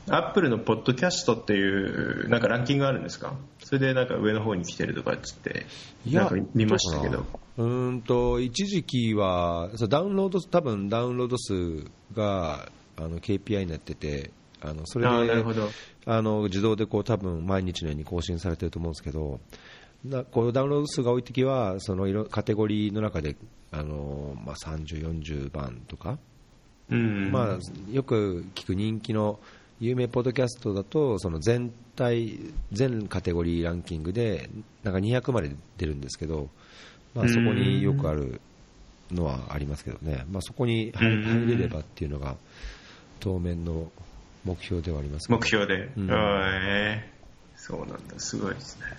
アップルのポッドキャストっていうなんかランキングがあるんですか？それでなんか上の方に来てるとかっつってなんか見ましたけど。 一時期は多分ダウンロード数がKPI になってて、それでなるほど。 自動で多分毎日のように更新されてると思うんですけど、こうダウンロード数が多いときはそのカテゴリーの中で30、40番とか、よく聞く人気の有名ポッドキャストだとその全カテゴリーランキングでなんか200まで出るんですけど、そこによくあるのはありますけどね、そこに入れればっていうのが当面の目標ではありますけど、 目標で、そうなんだ、すごいですね。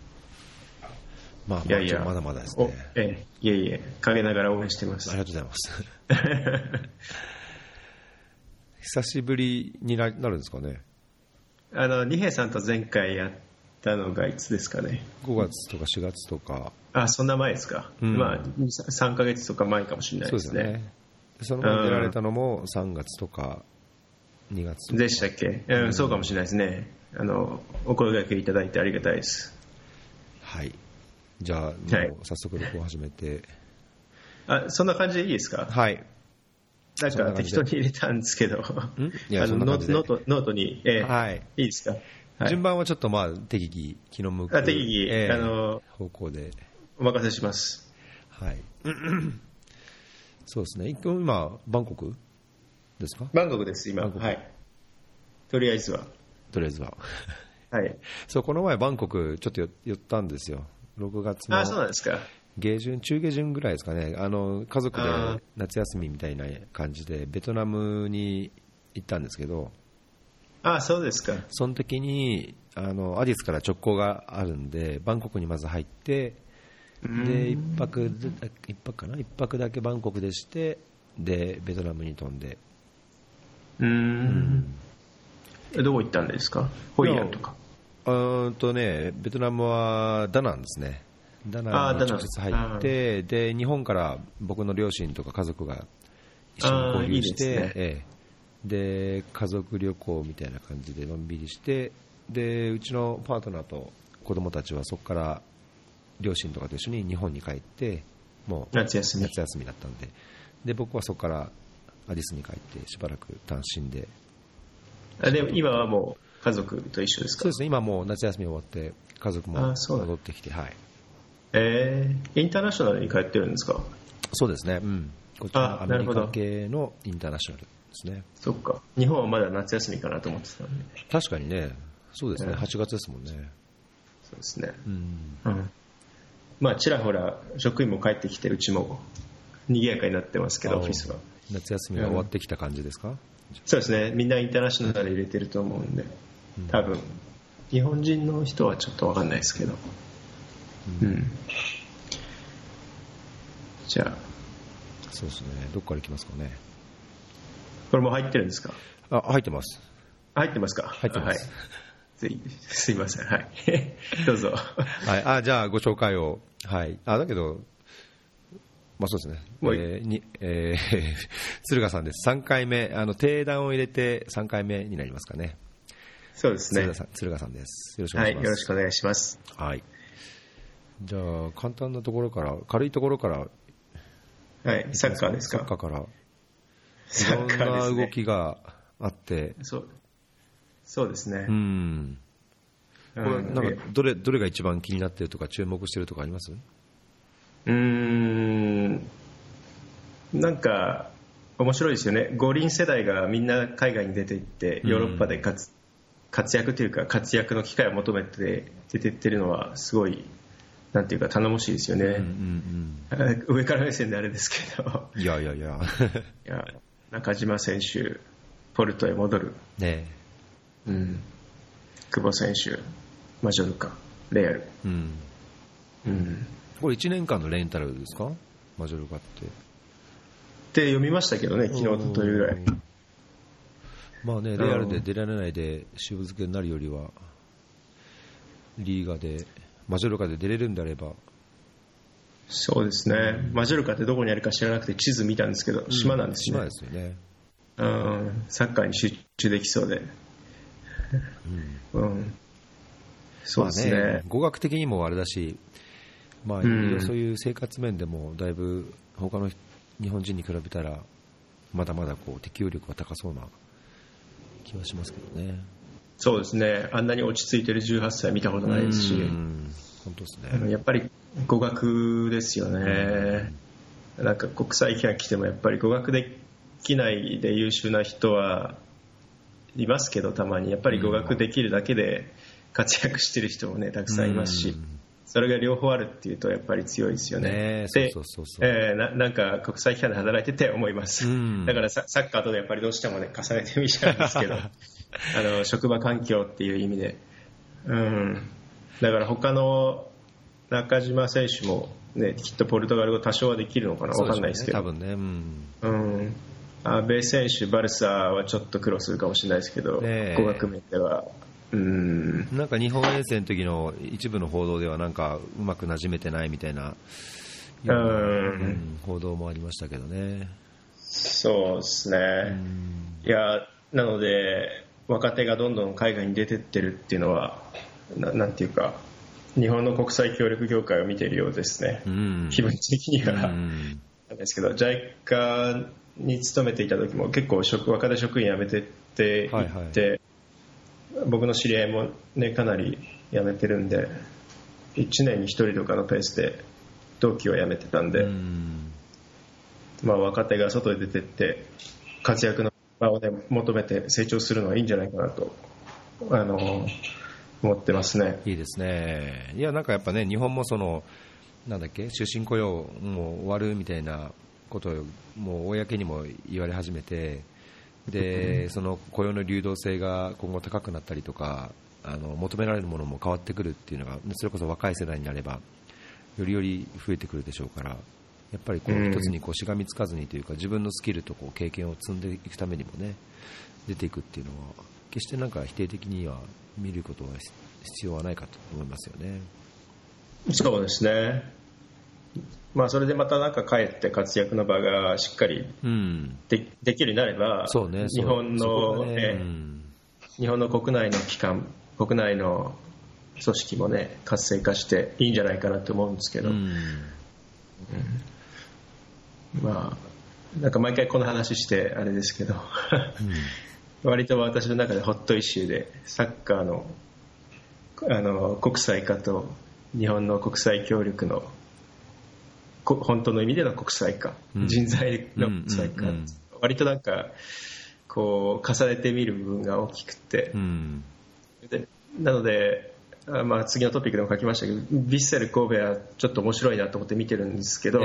まだまだですね。 いえ陰ながら応援してます。 ありがとうございます久しぶりになるんですかね。 二平さんと前回やったのがいつですかね。 5月とか4月とか。 そんな前ですか。3ヶ月とか前かもしれないですね。そうですね。 その前に出られたのも3月とか2月とかでしたっけ。そうかもしれないですね。お声掛けいただいてありがたいです。 はい、じゃあもう早速録音始めて、 そんな感じでいいですか。はい、なんか適当に入れたんですけど、ノートに、いいですか。 順番はちょっと適宜気の向く方向でお任せします。 はいそうですね。今バンコクですか。 バンコクです今。はい、とりあえずははい。 そう、この前バンコクちょっと寄ったんですよ。6月のそうなんですか。 中下旬ぐらいですかね。家族で夏休みみたいな感じでベトナムに行ったんですけど。 そうですか。 その時にアディスから直行があるんで、バンコクにまず入って、で1泊だけバンコクでして、でベトナムに飛んで。 どこ行ったんですか。ホイアンとか。 ベトナムはダナンですね。ダナンに直接入って、で日本から僕の両親とか家族が一緒に交流して、で家族旅行みたいな感じでのんびりして、でうちのパートナーと子供たちはそこから両親とかと一緒に日本に帰って、もう夏休みだったんで、で僕はそこからアディスに帰ってしばらく単身で。 でも今はもう家族と一緒ですか。 そうですね。今もう夏休み終わって家族も戻ってきて、はい。 インターナショナルに帰ってるんですか。 そうですね。こっちのアメリカ系のインターナショナルですね。 そっか。日本はまだ夏休みかなと思ってたんで。 確かにね。そうですね。8月ですもんね。 そうですね。ちらほら職員も帰ってきて、うちも賑やかになってますけど、オフィスは。 夏休みが終わってきた感じですか。 そうですね。みんなインターナショナル入れてると思うんで、多分日本人の人はちょっと分かんないですけど、じゃあそうですね。どっから行きますかね。 これも入ってるんですか。 入ってます。 入ってますか。 入ってます。 すいません。はいどうぞ。 はい。じゃあご紹介を。はい。だけどそうですね。敦賀さんです。3回目、定談を入れて3回目になりますかね。 そうですね。 敦賀さんです。よろしくお願いします。 はい、よろしくお願いします。 はい。じゃあ簡単なところから、軽いところから。 はい、サッカーですか。 サッカーから。いろんな動きがあって。 そうですね。 これなんかどれが一番気になっているとか注目しているとかあります？ なんか面白いですよね。五輪世代がみんな海外に出ていってヨーロッパで活躍というか活躍の機会を求めて出ていってるのはすごいなんていうか頼もしいですよね。上から目線であれですけど。 いや中島選手ポルトへ戻る、 ね。 久保選手マジョルカレアル。 これ1年間のレンタルですか。マジョルカって読みましたけどね、昨日というぐらい。 レアルで出られないで塩漬けになるよりはリーガでマジョルカで出れるんであれば。 そうですね。マジョルカってどこにあるか知らなくて地図見たんですけど、島なんですね。 島ですよね。 サッカーに集中できそうでうん、そうですね、 まあね、語学的にもあれだし、まあ、そういう生活面でもだいぶ他の日本人に比べたらまだまだこう適応力が高そうな気はしますけどね。 そうですね、あんなに落ち着いてる18歳見たことないですし、 本当ですね、 やっぱり語学ですよね。なんか国際機関来てもやっぱり語学できないで優秀な人はいますけど、たまにやっぱり語学できるだけで活躍してる人もねたくさんいますし、それが両方あるっていうとやっぱり強いですよね。で、なんか国際機関で働いてて思います。だからサッカーとやっぱりどうしてもね重ねてみちゃうんですけど職場環境っていう意味で、だから他の中島選手もね、きっとポルトガル語多少はできるのかな、分かんないですけど、 多分ね、 阿部選手、バルサはちょっと苦労するかもしれないですけど、語学面では、 なんか日本遠征の時の一部の報道ではなんかうまくなじめてないみたいな、報道もありましたけどね。 そうですね、いやなので若手がどんどん海外に出てってるっていうのはなんていうか日本の国際協力業界を見ているようですね、気分的にはなんですけど、JICA に勤めていた時も結構若手職員辞めてっていって、僕の知り合いも、ね、かなり辞めてるんで、1年に1人とかのペースで同期を辞めてたんで、まあ、若手が外に出てって活躍の場を、ね、求めて成長するのはいいんじゃないかなと思ってますね。 いいですね。いやなんかやっぱね、日本もなんだっけ、終身雇用もう終わるみたいなことをもう公にも言われ始めて、でその雇用の流動性が今後高くなったりとか、求められるものも変わってくるっていうのが、それこそ若い世代になればよりより増えてくるでしょうから、やっぱりこう一つにこうしがみつかずにというか、自分のスキルとこう経験を積んでいくためにもね、出ていくっていうのは決してなんか否定的には見ることは必要はないかと思いますよね。 そうですね、まあ、それでまたなんか帰って活躍の場がしっかり できるようになれば、日本の国内の機関、国内の組織もね活性化していいんじゃないかなと思うんですけど、まあなんか毎回この話してあれですけど割と私の中でホットイシューで、サッカーの国際化と日本の国際協力の本当の意味での国際化、人材の国際化、割となんかこう重ねてみる部分が大きくて、でなので、まあ、次のトピックでも書きましたけど、ヴィッセル神戸はちょっと面白いなと思って見てるんですけど、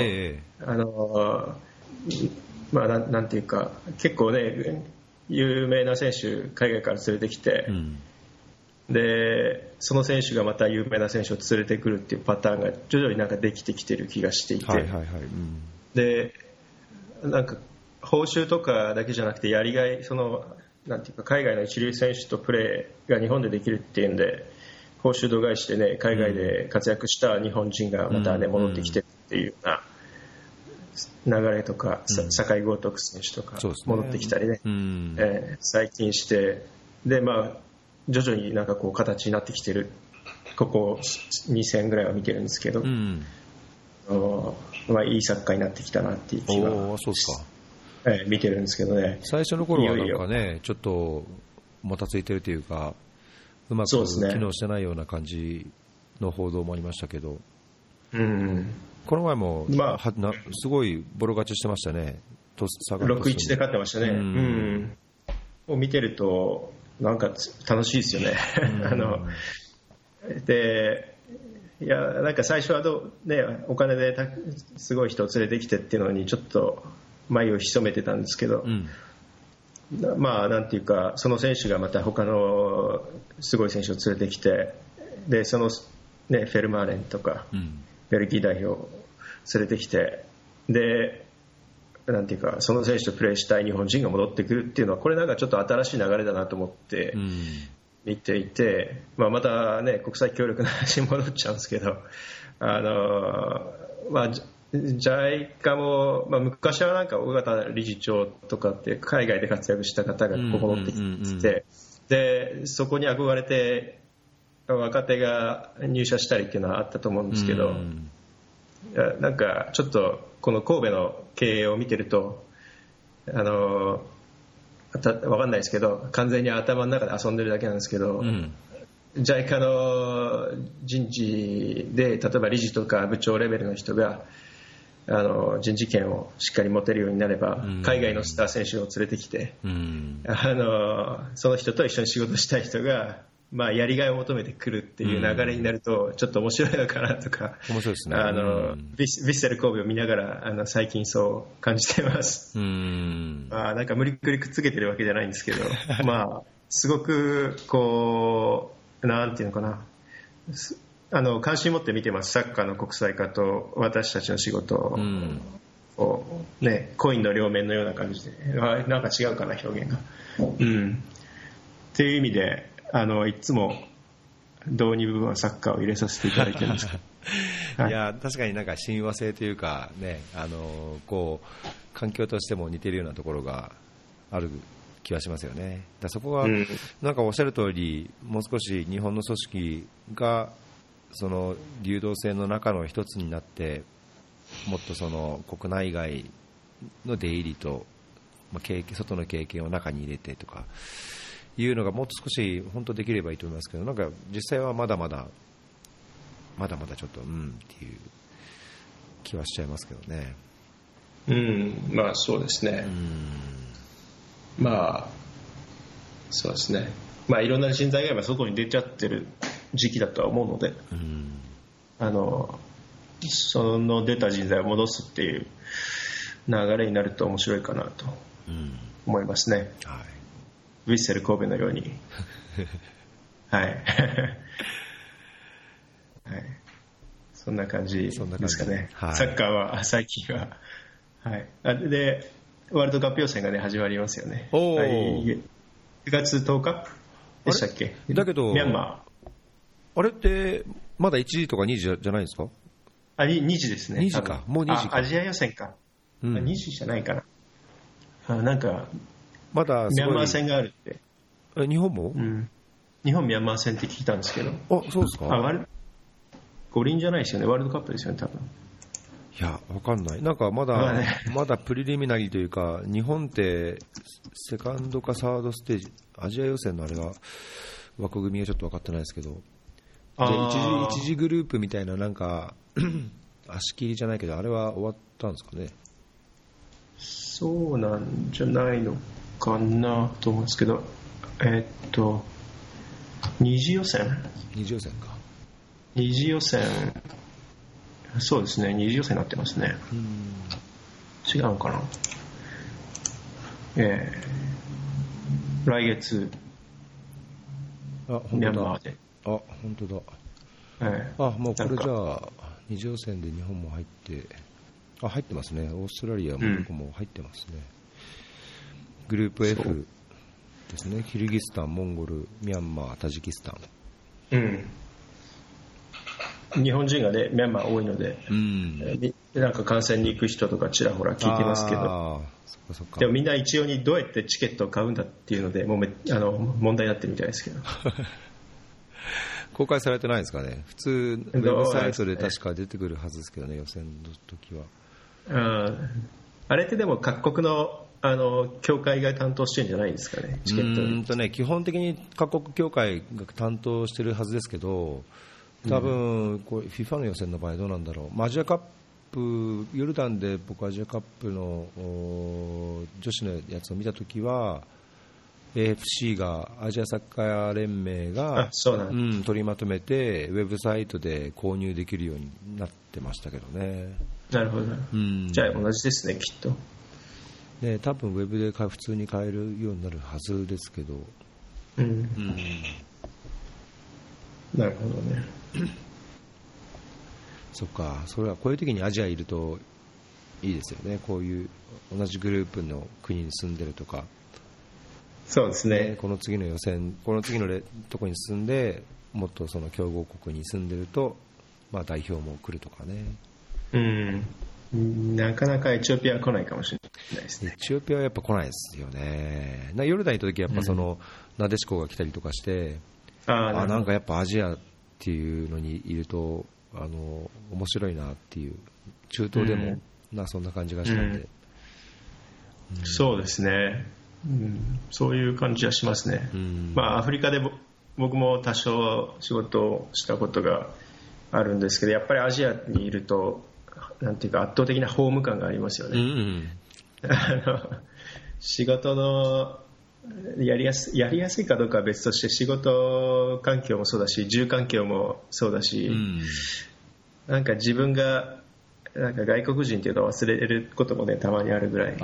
まあ、なんていうか結構ね有名な選手海外から連れてきて、でその選手がまた有名な選手を連れてくるっていうパターンが徐々になんかできてきてる気がしていて、でなんか報酬とかだけじゃなくてやりがい、なんていうか海外の一流選手とプレーが日本でできるっていうんで、報酬度外視でね海外で活躍した日本人がまたね戻ってきてっていうような流れとか、酒井豪徳選手とか戻ってきたりね、最近して、でまあ徐々になんかこう形になってきてる、ここ2戦ぐらいは見てるんですけど、まあ、いいサッカーになってきたなっていう気は見てるんですけどね。 最初の頃はなんかねちょっともたついてるというか、うまく機能してないような感じの報道もありましたけど、この前も、すごいボロ勝ちしてましたね。 6-1で勝ってましたね。を見てるとなんか楽しいですよねでいやなんか最初はお金ですごい人を連れてきてっていうのにちょっと眉を潜めてたんですけど、まあなんていうかその選手がまた他のすごい選手を連れてきて、でその、ね、フェルマーレンとか、ベルギー代表を連れてきて、でなんていうかその選手とプレーしたい日本人が戻ってくるっていうのは、これなんかちょっと新しい流れだなと思って見ていて、まあ、またね国際協力の話に戻っちゃうんですけど、まあJICA も、まあ、昔はなんか尾形理事長とかって海外で活躍した方がここ戻ってきて、 でそこに憧れて若手が入社したりっていうのはあったと思うんですけど、なんかちょっとこの神戸の経営を見てると分かんないですけど完全に頭の中で遊んでるだけなんですけど、JICA の人事で例えば理事とか部長レベルの人が人事権をしっかり持てるようになれば、海外のスター選手を連れてきて、その人と一緒に仕事したい人が、まあ、やりがいを求めてくるっていう流れになるとちょっと面白いのかなとか、 面白いですね。 ヴィッセル神戸を見ながら最近そう感じています。なんか無理くりくっつけてるわけじゃないんですけどまあすごくこうなんていうのかな、関心持って見てます。サッカーの国際化と私たちの仕事を、ね、コインの両面のような感じで、なんか違うかな表現が、っていう意味でいつも導入部分はサッカーを入れさせていただいてます、 いや確かになんか親和性というか、ね、こう環境としても似ているようなところがある気はしますよね。だそこはなんかおっしゃる通り、もう少し日本の組織がその流動性の中の一つになって、もっとその国内外の出入りと、外の経験を中に入れてとかいうのがもっと少し本当できればいいと思いますけど、なんか実際はまだまだちょっとっていう気はしちゃいますけどね。 まあそうですね。まあそうですね。まあいろんな人材が今外に出ちゃってる時期だとは思うので、その出た人材を戻すっていう流れになると面白いかなと思いますね。ヴィッセル神戸のようにはい、そんな感じですかね。サッカーは最近は、でワールドカップ予選が、ね、始まりますよね。9月10日でしたっけ。 だけどミャンマーあれってまだ1時とか2時じゃないですか。 2時ですね。 2時か、もう2時か。 アジア予選か、2時じゃないかな。なんかまだミャンマー戦があるって。 日本も、 日本ミャンマー戦って聞いたんですけど。 そうですか。 五輪じゃないですよね。ワールドカップですよね多分。 いや分かんない。なんかまだプリリミナリーというか、日本ってセカンドかサードステージ、アジア予選のあれが枠組みがちょっと分かってないですけど、一次グループみたいな、なんか足切りじゃないけど、あれは終わったんですかね。 そうなんじゃないのかなと思うんですけど、二次予選か。二次予選、そうですね、二次予選になってますね。違うのかな。来月ミャンマーで。 本当だ。もうこれじゃあ二次予選で日本も入ってますね。オーストラリアもどこも入ってますね。グループ F ですね。キルギスタン、モンゴル、ミャンマー、タジキスタン。日本人がねミャンマー多いので、なんか観戦に行く人とかちらほら聞いてますけど、でもみんな一応にどうやってチケットを買うんだっていうのでもう問題になってるみたいですけど公開されてないですかね。普通ウェブサイトで確か出てくるはずですけどね、予選の時は。 あれってでも各国の協会が担当してるんじゃないですかね、チケット。 基本的に各国協会が担当してるはずですけど、多分これ FIFA の予選の場合どうなんだろう。アジアカップ、ヨルダンで僕アジアカップの女子のやつを見たときは AFC がアジアサッカー連盟が取りまとめてウェブサイトで購入できるようになってましたけどね。 なるほど、じゃあ同じですねきっと。 多分ウェブで普通に買えるようになるはずですけど。 なるほどね。 そっか、それはこういう時にアジアいるといいですよね。こういう同じグループの国に住んでるとか。 そうですね。 この次の予選、この次のとこに住んで、もっとその強豪国に住んでると、代表も来るとかね。 なかなかエチオピアは来ないかもしれないですね。 エチオピアはやっぱ来ないですよね。ヨルダンに行った時はやっぱその、なでしこが来たりとかして、なんかやっぱアジアっていうのにいると面白いなっていう、中東でも、そんな感じがしたんで、 そうですね、そういう感じはしますね。アフリカで僕も多少仕事をしたことがあるんですけど、やっぱりアジアにいるとなんていうか圧倒的なホーム感がありますよね。仕事のやりやすいかどうかは別として、仕事環境もそうだし、住環境もそうだし、なんか自分がなんか外国人っていうのを忘れることもね、たまにあるぐらい、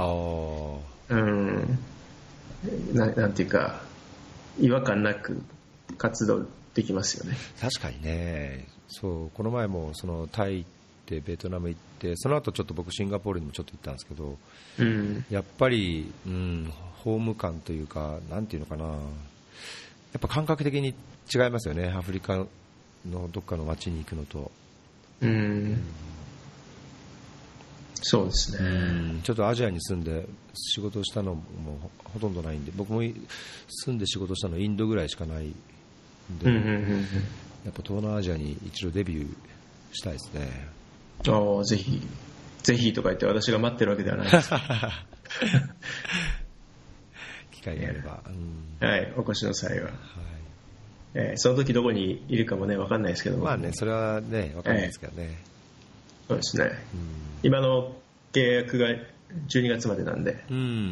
なんていうか違和感なく活動できますよね。 確かにね。そう、この前もそのタイ行ってベトナム行って、その後ちょっと僕シンガポールにもちょっと行ったんですけど、やっぱり、ホーム感というか、なんていうのかな、やっぱ感覚的に違いますよね、アフリカのどっかの街に行くのと。 そうですね。 ちょっとアジアに住んで仕事をしたのもほとんどないんで、僕も住んで仕事したのインドぐらいしかないんで、やっぱ東南アジアに一度デビューしたいですね。 ぜひぜひとか言って私が待ってるわけではないです機会があれば、 はい、お越しの際は、その時どこにいるかもね分かんないですけど、 それはね分かんないですけどね、 そうですね、今の契約が12月までなんで、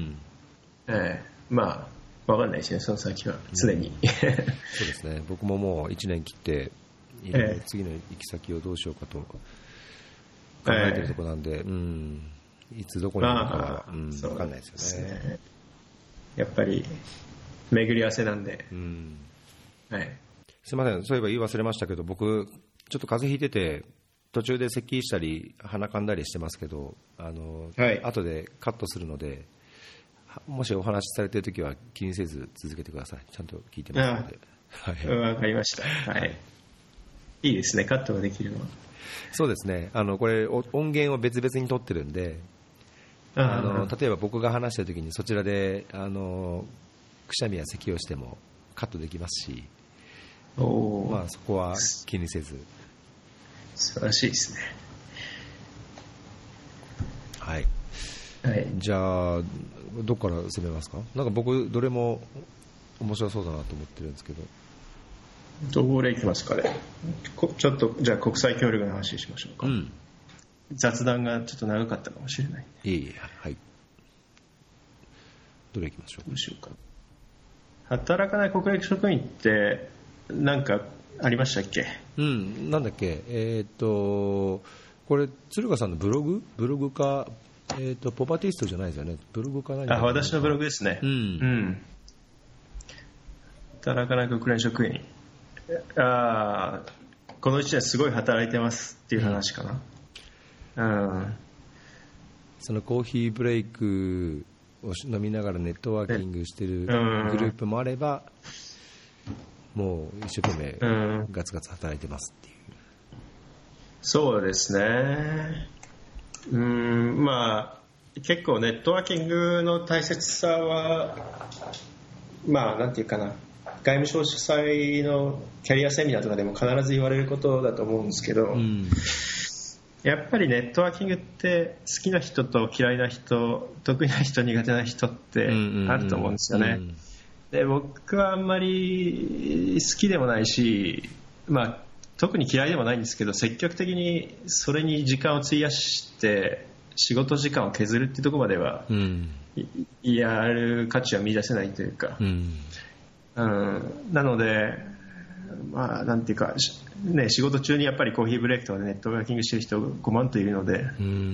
分かんないですね、その先は常に、 そうですね。僕ももう1年切って次の行き先をどうしようかと考えてるところなんで、いつどこにいるかは分かんないですよね。 やっぱり巡り合わせなんで、 すいません、そういえば言い忘れましたけど、僕ちょっと風邪ひいてて途中で咳したり鼻かんだりしてますけど、後でカットするので、もしお話しされているときは気にせず続けてください。ちゃんと聞いてますので。 わかりました。いいですね、カットができるのは。 そうですね。これ音源を別々に取ってるんで、例えば僕が話しているときにそちらでくしゃみや咳をしてもカットできますし、そこは気にせず。 素晴らしいですね。 じゃあどこから攻めますか。なんか僕どれも面白そうだなと思ってるんですけど、 どれいきますかね。ちょっとじゃあ国際協力の話しましょうか。雑談がちょっと長かったかもしれない。 どれいきましょう。 どうしようか。働かない国役職員って何かありましたっけ。 なんだっけ、これ鶴ヶさんのブログか、ポパティストじゃないですよね。ブログか何か。 私のブログですね。働かない国連職員、この1年すごい働いてますっていう話かな。 そのコーヒーブレイクを飲みながらネットワーキングしてるグループもあれば、もう一生懸命ガツガツ働いてますっていう。 そうですね。結構ネットワーキングの大切さはなんていうかな、外務省主催のキャリアセミナーとかでも必ず言われることだと思うんですけど、やっぱりネットワーキングって好きな人と嫌いな人、得意な人苦手な人ってあると思うんですよね。で僕はあんまり好きでもないし、特に嫌いでもないんですけど、積極的にそれに時間を費やして仕事時間を削るっていうところまでは、やる価値は見出せないというか、なのでなんていうか仕事中にやっぱりコーヒーブレイクとかでネットワーキングしてる人が5万といるので、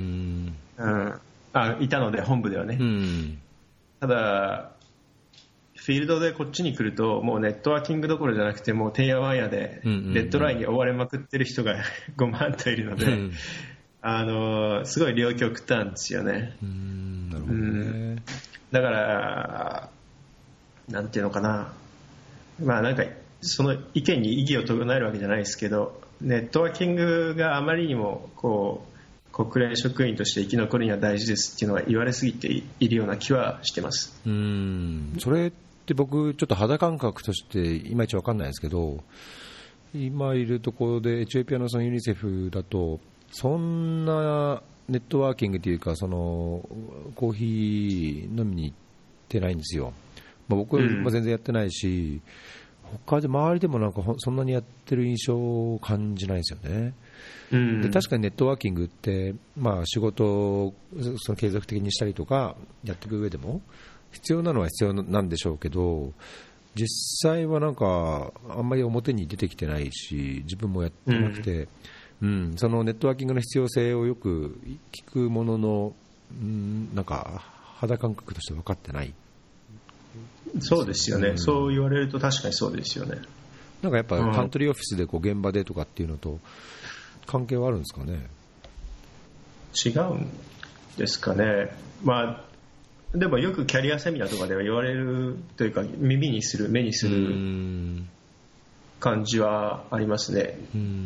いたので本部ではね、ただフィールドでこっちに来るともうネットワーキングどころじゃなくて、もうてんやわんやでデッドラインに追われまくってる人が5万といるので、すごい両極端ですよね。 なるほどね。 だからなんていうのかな、なんかその意見に異議を唱えるわけじゃないですけど、ネットワーキングがあまりにもこ国連職員として生き残るには大事ですっていうのは言われすぎているような気はしてます。 それって僕ちょっと肌感覚としていまいち分かんないですけど、今いるところでエチオピアのそのユニセフだとそんなネットワーキングというか、そのコーヒー飲みに行ってないんですよ。僕は全然やってないし、他で周りでもなんかそんなにやってる印象を感じないですよね。で確かにネットワーキングって、仕事をその継続的にしたりとかやっていく上でも必要なのは必要なんでしょうけど、実際はなんかあんまり表に出てきてないし、自分もやってなくて、そのネットワーキングの必要性をよく聞くものの、なんか肌感覚として分かってない。 そうですよね、そう言われると確かにそうですよね。 なんかやっぱカントリーオフィスでこう現場でとかっていうのと関係はあるんですかね。 違うんですかね。でもよくキャリアセミナーとかでは言われるというか、耳にする目にする感じはありますね。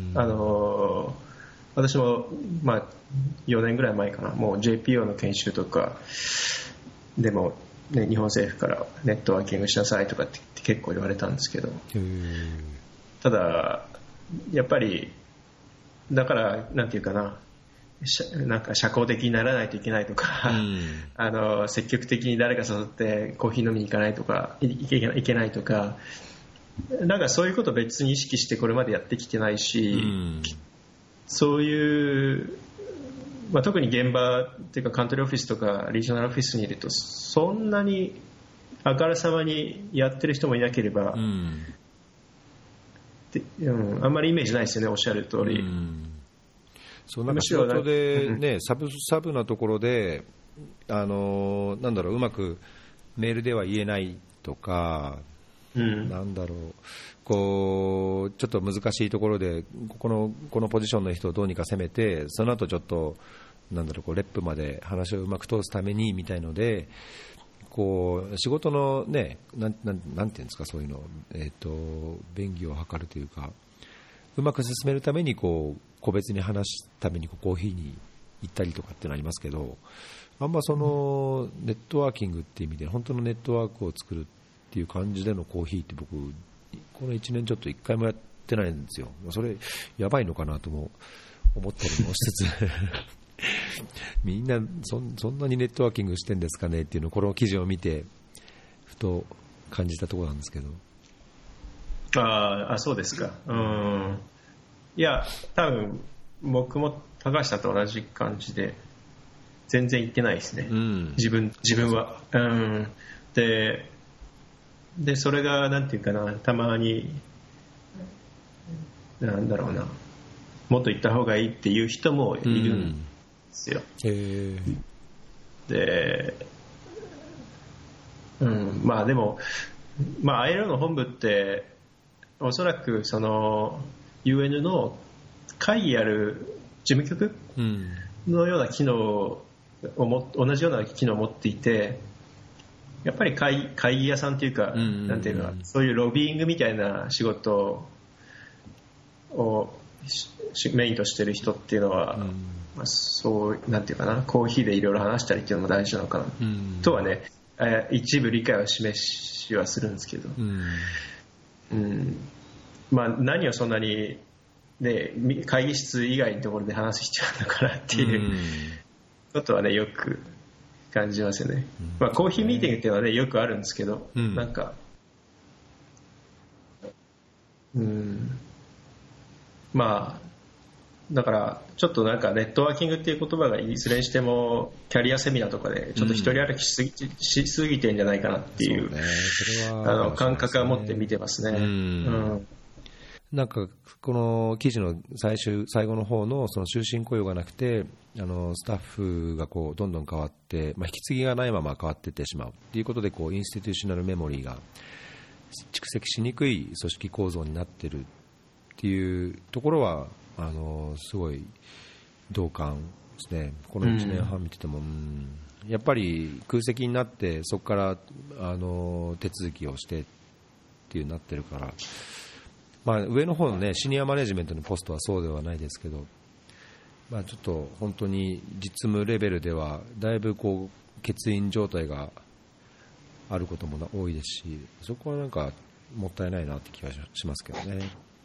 私も4年ぐらい前かな、もう JPO の研修とかでも、ね、日本政府からネットワーキングしなさいとかって結構言われたんですけど、ただやっぱりだからなんていうかな、なんか社交的にならないといけないとか、積極的に誰か誘ってコーヒー飲みに行かないとかいけないとか、なんかそういうことを別に意識してこれまでやってきてないし、そういう、特に現場っていうかカントリーオフィスとかリージョナルオフィスにいるとそんなにあからさまにやってる人もいなければ、あんまりイメージないですよね、おっしゃる通り。 そう、なんか仕事で、ね、サブなところでなんだろう、うまくメールでは言えないとか、なんだろう、こうちょっと難しいところでこのポジションの人をどうにか攻めて、その後ちょっとなんだろう、こうレップまで話をうまく通すためにみたいので、こう仕事のね、なんていうんですか、そういうの、便宜を図るというか、うまく進めるためにこう個別に話すためにコーヒーに行ったりとかってのありますけど、あんまそのネットワーキングっていう意味で本当のネットワークを作るっていう感じでのコーヒーって僕この1年ちょっと1回もやってないんですよ。それやばいのかなとも思ったりもしつつみんなそんなにネットワーキングしてんですかねっていうのをこの記事を見てふと感じたところなんですけど。 そうですか。いや、多分僕も高橋さんと同じ感じで全然行ってないですね、自分は。でそれがなんていうかな、たまになんだろうな、もっと行った方がいいっていう人もいるんですよ。で、でもILO の本部っておそらくその UN の会議やる事務局のような機能を同じような機能を持っていて、やっぱり会議屋さんというか、なんていうの、そういうロビーイングみたいな仕事をメインとしている人っていうのは、そうなんていうかな、コーヒーでいろいろ話したりっていうのも大事なのかな、とはね、一部理解を示しはするんですけど、何をそんなに、ね、会議室以外のところで話す必要あるのかなっていうことはね、よく感じますよね。コーヒーミーティングっていうのはね、よくあるんですけど、なんかだからちょっとなんかネットワーキングっていう言葉がいずれにしてもキャリアセミナーとかでちょっと一人歩きしすぎてんじゃないかなっていう、感覚は持って見てますね。 なんかこの記事の最後の方のその終身雇用がなくてスタッフがこうどんどん変わって、引き継ぎがないまま変わっていってしまうということで、こうインスティテューショナルメモリーが蓄積しにくい組織構造になっているっていうところはすごい同感ですね。この1年半見てても、やっぱり空席になってそこから手続きをしてっていうなってるから、上の方のねシニアマネジメントのポストはそうではないですけど、 ちょっと本当に実務レベルではだいぶこう欠員状態があることも多いですし、そこはなんかもったいないなって気がしますけどね。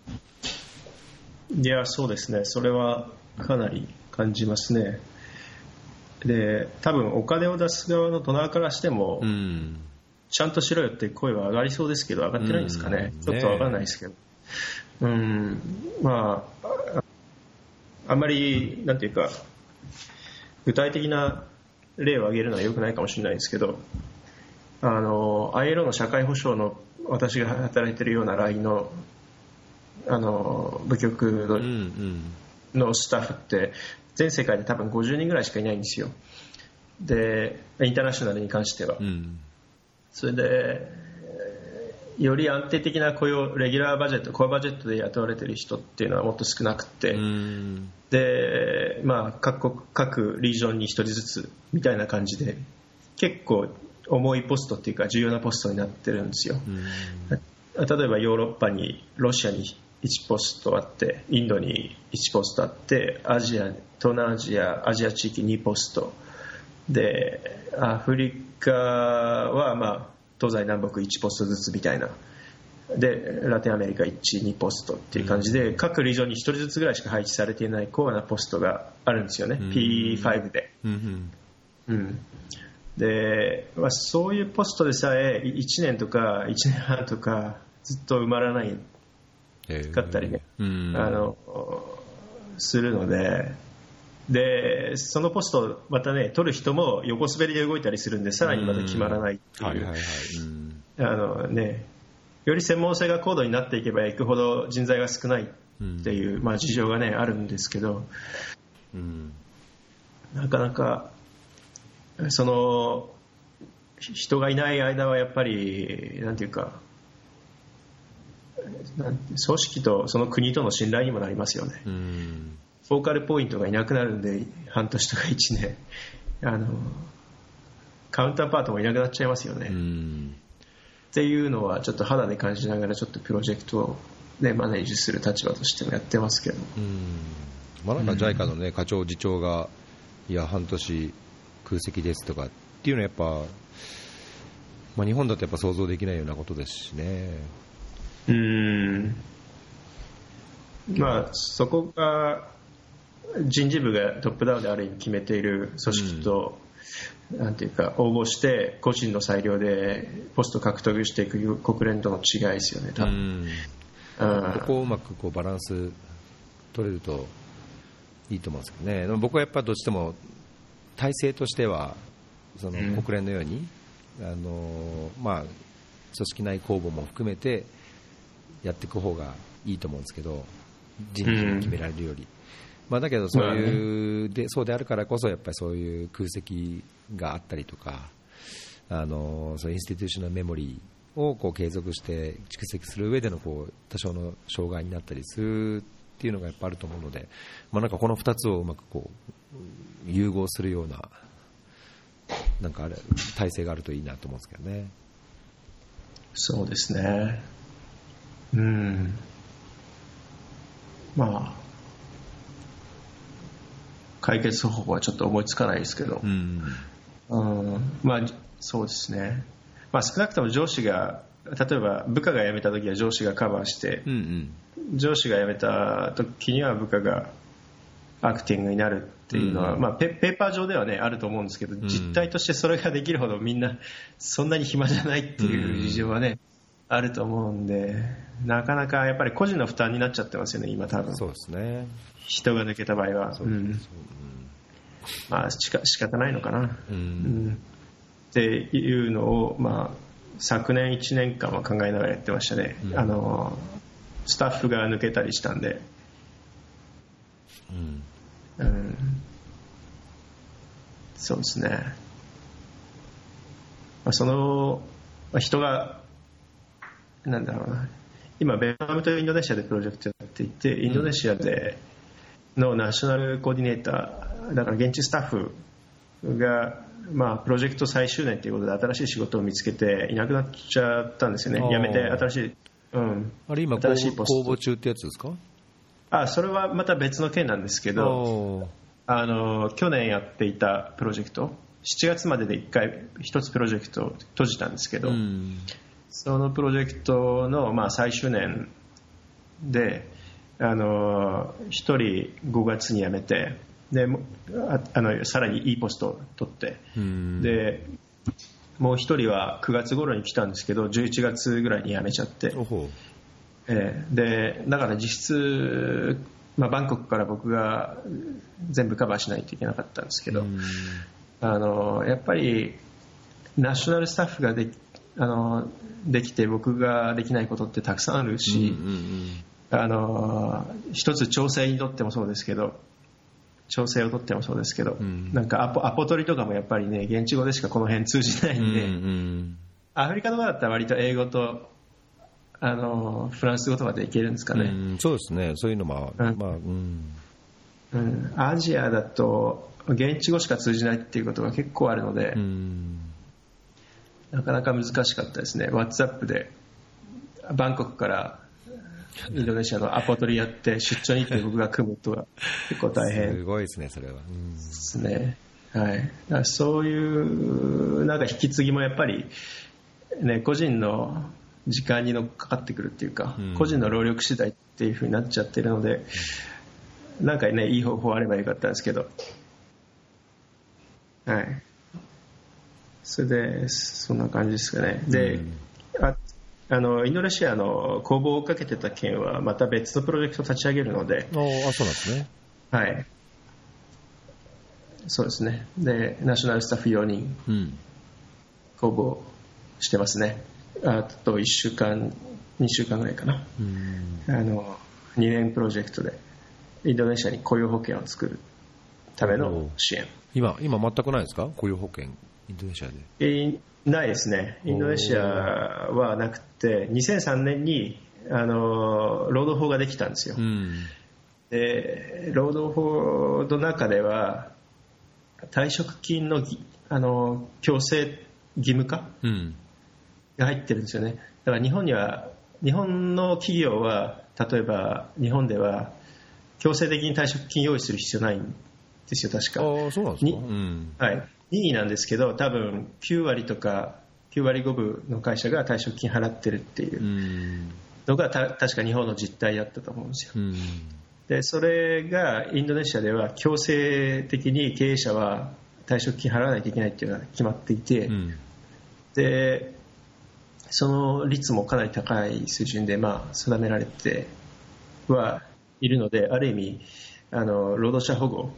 いや、そうですね、それはかなり感じますね。で、多分お金を出す側のドナーからしても、ちゃんとしろよって声は上がりそうですけど、上がってないんですかね、ちょっと分からないですけど、まあ、あんまりなんていうか具体的な例を挙げるのは良くないかもしれないですけど、ILO の社会保障の私が働いているようなラインの部局のスタッフって全世界で多分50人ぐらいしかいないんですよ。で、インターナショナルに関しては、それでより安定的な雇用、レギュラーバジェット、コアバジェットで雇われている人っていうのはもっと少なくて、で、各リージョンに1人ずつみたいな感じで結構重いポストっていうか重要なポストになってるんですよ。例えばヨーロッパに、ロシアに1ポストあって、インドに1ポストあって、東南アジア、アジア地域2ポストで、アフリカは東西南北1ポストずつみたいな、でラテンアメリカ1、2ポストっていう感じで、各リージョンに1人ずつぐらいしか配置されていないコアなポストがあるんですよね、P5 で。で、そういうポストでさえ1年とか1年半とかずっと埋まらないかったりね、するので、そのポストをまたね取る人も横滑りで動いたりするんで、さらにまだ決まらないっていう、より専門性が高度になっていけばいくほど人材が少ないっていう、事情がねあるんですけど、なかなかその人がいない間はやっぱりなんていうか、組織とその国との信頼にもなりますよね。フォーカルポイントがいなくなるんで、半年とか1年カウンターパートもいなくなっちゃいますよね。っていうのはちょっと肌で感じながら、ちょっとプロジェクトを、マネージする立場としてもやってますけど、 なんか JICA の、課長次長がいや半年空席ですとかっていうのはやっぱ、日本だとやっぱ想像できないようなことですしね。 そこが人事部がトップダウンである意味決めている組織と、なんていうか応募して個人の裁量でポスト獲得していく国連との違いですよね、多分。 ここをうまくこうバランス取れるといいと思うんですけどね。でも僕はやっぱりどうしても体制としてはその国連のように、組織内公募も含めてやっていく方がいいと思うんですけど、人事が決められるより、だけどそうであるからこそやっぱりそういう空席があったりとか、そういうインスティテューショナルメモリーをこう継続して蓄積する上でのこう多少の障害になったりするっていうのがやっぱあると思うので、なんかこの2つをうまくこう融合するようななんか体制があるといいなと思うんですけどね。 そうですね。解決方法はちょっと思いつかないですけど、そうですね。少なくとも上司が、例えば部下が辞めたときは上司がカバーして、上司が辞めたときには部下がアクティングになるっていうのは、ペーパー上ではねあると思うんですけど、実態としてそれができるほどみんなそんなに暇じゃないっていう事情はね、あると思うんで、なかなかやっぱり個人の負担になっちゃってますよね、今多分。 そうですね。 人が抜けた場合は、仕方ないのかな、っていうのを、昨年1年間は考えながらやってましたね。スタッフが抜けたりしたんで、そうですね。その人がなんだろうな、今ベトナムとインドネシアでプロジェクトやっていて、インドネシアでのナショナルコーディネーターだから現地スタッフが、プロジェクト最終年ということで新しい仕事を見つけていなくなっちゃったんですよね。辞めて新しい、 あれ今新しいポスト、 公募中ってやつですか？ それはまた別の件なんですけど、去年やっていたプロジェクト、7月までで1つプロジェクトを閉じたんですけど、そのプロジェクトの最終年で1人5月に辞めて、でさらにいいポストを取って、でもう1人は9月頃に来たんですけど11月ぐらいに辞めちゃって、でだから実質、バンコクから僕が全部カバーしないといけなかったんですけど、やっぱりナショナルスタッフができて僕ができないことってたくさんあるし、一つ調整をとってもそうですけど、なんかアポ取りとかもやっぱりね、現地語でしかこの辺通じないんで、アフリカとかだったら割と英語とフランス語とかでいけるんですかね。 そうですね、そういうのも、 アジアだと現地語しか通じないっていうことが結構あるので、なかなか難しかったですね。WhatsApp でバンコクからインドネシアのアポ取りやって出張に行って僕が組むとは結構大変。 すごいですね、それは。 ですね。はい。だからそういうなんか引き継ぎもやっぱりね、個人の時間に乗っかかってくるっていうか、個人の労力次第っていう風になっちゃってるので、なんかね、いい方法あればよかったんですけど、はい。それでそんな感じですかね。で、インドネシアの公募を追っかけてた件はまた別のプロジェクトを立ち上げるので、 そうなんですね。 はい。そうですね。で、ナショナルスタッフ4人公募してますね。あと1週間2週間ぐらいかな。2年プロジェクトでインドネシアに雇用保険を作るための支援。 今全くないですか、雇用保険、インドネシアで。 ないですね。インドネシアはなくて、2003年に労働法ができたんですよ。で労働法の中では退職金の強制義務化が入ってるんですよね。だから日本の企業は例えば日本では強制的に退職金用意する必要ないんですよ、確か。 そうなんですか。 はい、任意なんですけど、多分9割とか9割5分の会社が退職金払ってるっていうのが確か日本の実態だったと思うんですよ。でそれがインドネシアでは強制的に経営者は退職金払わないといけないっていうのが決まっていて、でその率もかなり高い水準で定められてはいるので、ある意味労働者保護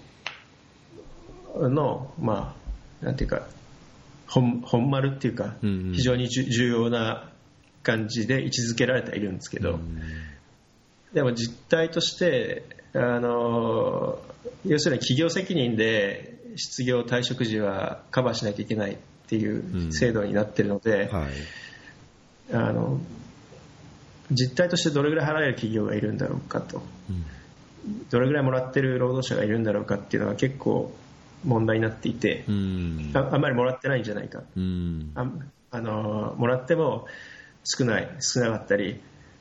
のなんていうか本丸っていうか、非常に重要な感じで位置づけられてはいるんですけど、でも実態として要するに企業責任で失業退職時はカバーしないといけないっていう制度になっているので、実態としてどれぐらい払える企業がいるんだろうかと、どれぐらいもらってる労働者がいるんだろうかっていうのが結構問題になっていて、あんまりもらってないんじゃないか、もらっても少なかったり、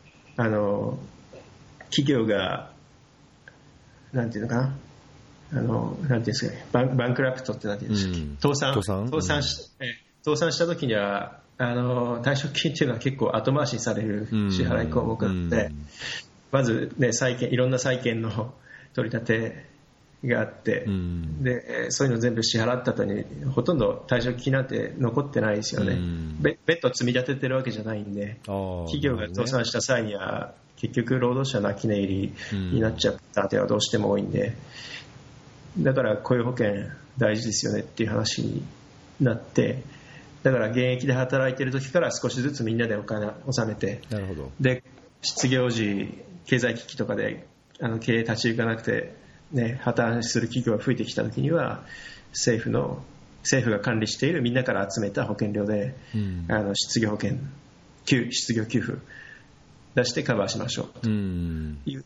企業がなんていうのかな、なんていうんですかね、バンクラプトってなんていうんですか、倒産した時には退職金っていうのは結構後回しにされる支払い項目なので、まず、ね、いろんな債権の取り立てがあって、でそういうの全部支払った後にほとんど退職金なんて残ってないですよね。別途積み立ててるわけじゃないんで、企業が倒産した際には結局労働者の泣き寝入りになっちゃった手はどうしても多いんで、だから雇用保険大事ですよねっていう話になって、だから現役で働いている時から少しずつみんなでお金を納めて、で失業時経済危機とかで経営立ち行かなくて、破綻する企業が増えてきた時には政府が管理しているみんなから集めた保険料で、失業給付出してカバーしましょうという、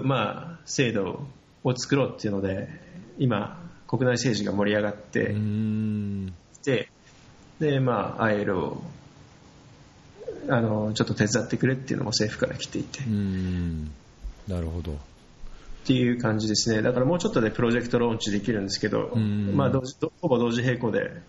制度を作ろうっていうので今国内政治が盛り上がってきて、でILOをちょっと手伝ってくれっていうのも政府から来ていて、 なるほど。 っていう感じですね。だからもうちょっとでプロジェクトローンチできるんですけど、まあ、ほぼ同時並行で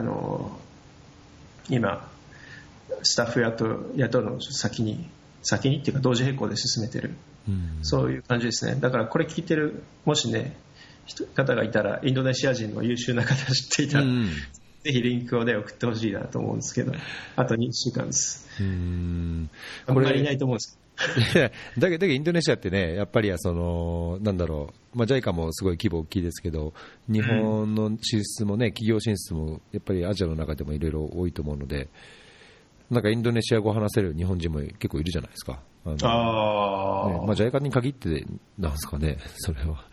今スタッフ雇うの先にっていうか同時並行で進めてる、そういう感じですね。だからこれ聞いてるもしね方がいたらインドネシア人の優秀な方知っていたら、ぜひリンクを、ね、送ってほしいなと思うんですけど、あと2週間です。あんまりいないと思うんですけどだけどインドネシアってね、やっぱりなんだろう、JICA もすごい規模大きいですけど、日本の進出もね、企業進出もやっぱりアジアの中でもいろいろ多いと思うので、なんかインドネシア語を話せる日本人も結構いるじゃないですか。JICA に限ってなんですかね、それは。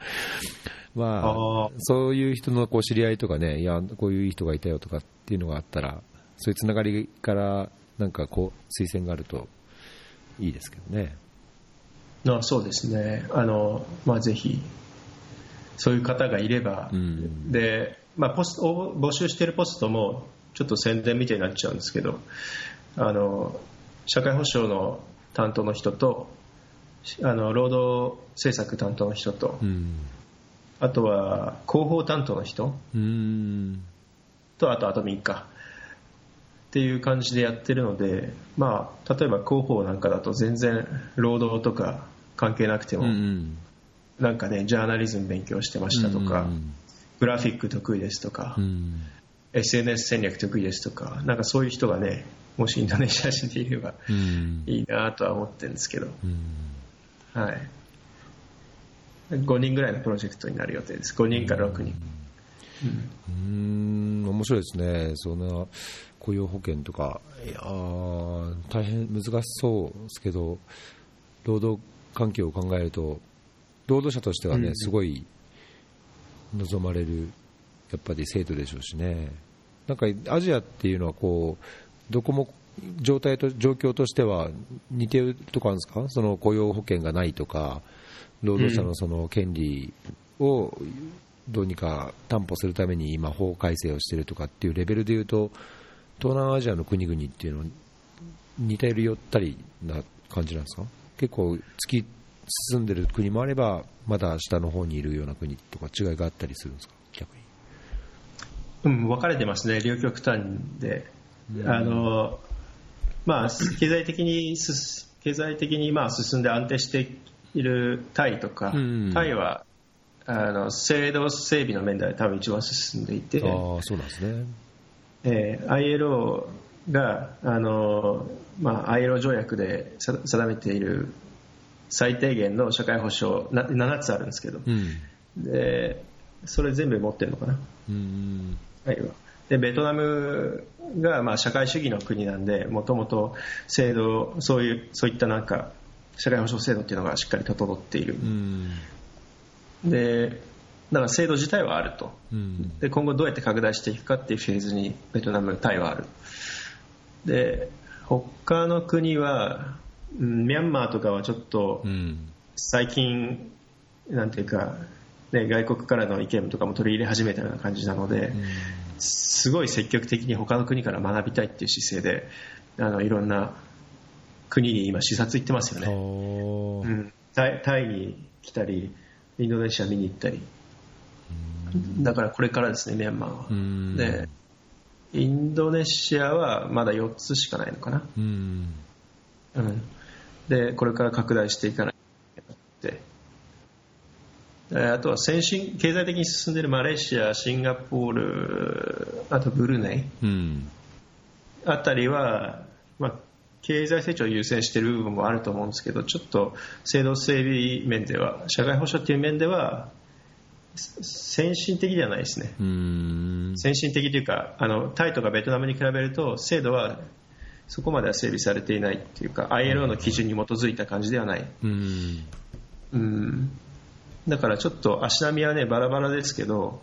そういう人の知り合いとかね、いやこういう人がいたよとかっていうのがあったら、そういうつながりからなんか推薦があるといいですけどね。 そうですね。ぜひそういう方がいれば、で、募集しているポストもちょっと宣伝みたいになっちゃうんですけど、社会保障の担当の人と労働政策担当の人と、あとは広報担当の人と、あとアドミンかっていう感じでやってるので、例えば広報なんかだと全然労働とか関係なくても、なんかね、ジャーナリズム勉強してましたとか、グラフィック得意ですとか、SNS 戦略得意ですとか、なんかそういう人がね、もしインドネシア人でいればいいなとは思ってるんですけど、はい、5人ぐらいのプロジェクトになる予定です。5人から6人。 面白いですね。そんな雇用保険とか、大変難しそうですけど、労働環境を考えると労働者としてはね、すごい望まれるやっぱり制度でしょうしね。なんかアジアっていうのはどこも状況としては似てるとこあるんですか？その雇用保険がないとか、労働者のその権利をどうにか担保するために今法改正をしているとかっていうレベルでいうと、東南アジアの国々っていうのは似てるよったりな感じなんですか？結構突き進んでる国もあれば、まだ下の方にいるような国とか違いがあったりするんですか？逆に。 分かれてますね、両極端で。経済的に進んで安定しているタイとか、タイは制度整備の面では多分一番進んでいて、 そうなんですね。 ILO がILO 条約で定めている最低限の社会保障7つあるんですけど、でそれ全部持ってるのかな。でベトナムが社会主義の国なんで、もともと制度そういったなんか社会保障制度っていうのがしっかり整っている。でだから制度自体はあると。で今後どうやって拡大していくかっていうフェーズにベトナム、タイはある。で他の国は、ミャンマーとかはちょっと最近なんていうか、ね、外国からの意見とかも取り入れ始めたような感じなので、すごい積極的に他の国から学びたいっていう姿勢でいろんな国に今視察行ってますよね。タイに来たりインドネシア見に行ったり、だからこれからですね、ミャンマーは。でインドネシアはまだ4つしかないのかな。でこれから拡大していかないといけなくて、あとは経済的に進んでいるマレーシア、シンガポール、あとブルネイ、あたりは、経済成長を優先している部分もあると思うんですけど、ちょっと制度整備面では、社会保障という面では先進的ではないですね。先進的というか、タイとかベトナムに比べると制度はそこまでは整備されていないというか、 ILO の基準に基づいた感じではない。だからちょっと足並みはねバラバラですけど、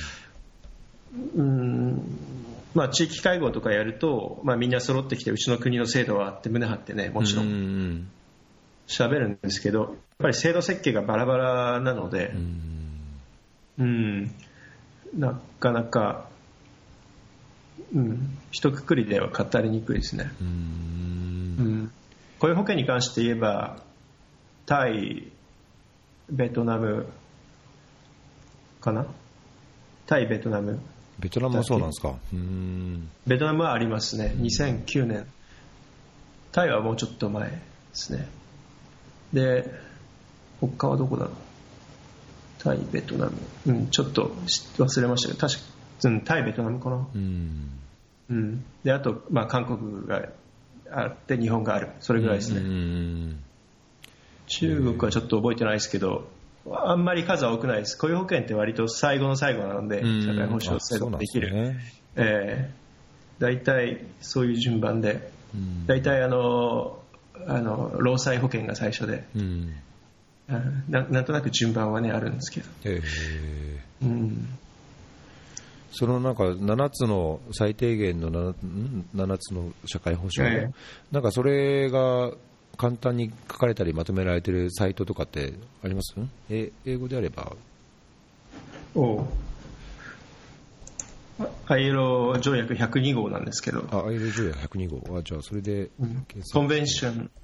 地域会合とかやると、みんな揃ってきてうちの国の制度はあって胸張ってね、もちろん喋るんですけど、やっぱり制度設計がバラバラなので、なかなか、一括りでは語りにくいですね。雇用保険に関して言えば、タイベトナムかな、タイベトナム。 ベトナムもそうなんですか。 ベトナムはありますね。2009年。タイはもうちょっと前ですね。で、他はどこだろう。タイベトナム、ちょっと忘れましたけど、確か、タイベトナムかな。で、あと、韓国があって日本がある、それぐらいですね。中国はちょっと覚えてないですけど、あんまり数は多くないです。雇用保険って割と最後の最後なので、社会保障制度ができる。大体そういう順番で、大体労災保険が最初で、なんとなく順番はねあるんですけど。 そのなんか7つの最低限の 7つの社会保障、なんかそれが簡単に書かれたりまとめられているサイトとかってあります？英語であれば。 ILO 条約102号なんですけど。 ILO 条約102号。じゃあそれで、 コンベンション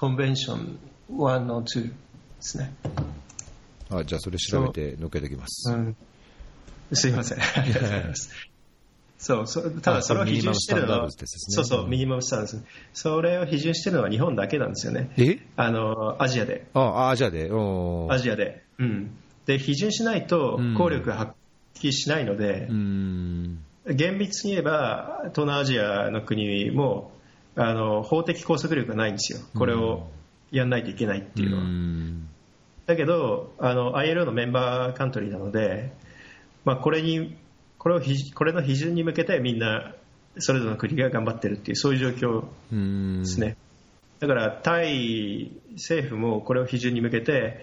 1の2ですね。 じゃあそれ調べて載っけておきます。 すいません。ありがとうございます。ただそれを批准してるのは、ミニマムスタンダードですね。それを批准してるのは日本だけなんですよね。アジアで。 アジアで。 で、批准しないと効力が発揮しないので、厳密に言えば東南アジアの国も法的拘束力がないんですよ。これをやんないといけないっていうのは。だけどILO のメンバーカントリーなので、これの批准に向けてみんなそれぞれの国が頑張ってるっていう、そういう状況ですね。だからタイ政府もこれを批准に向けて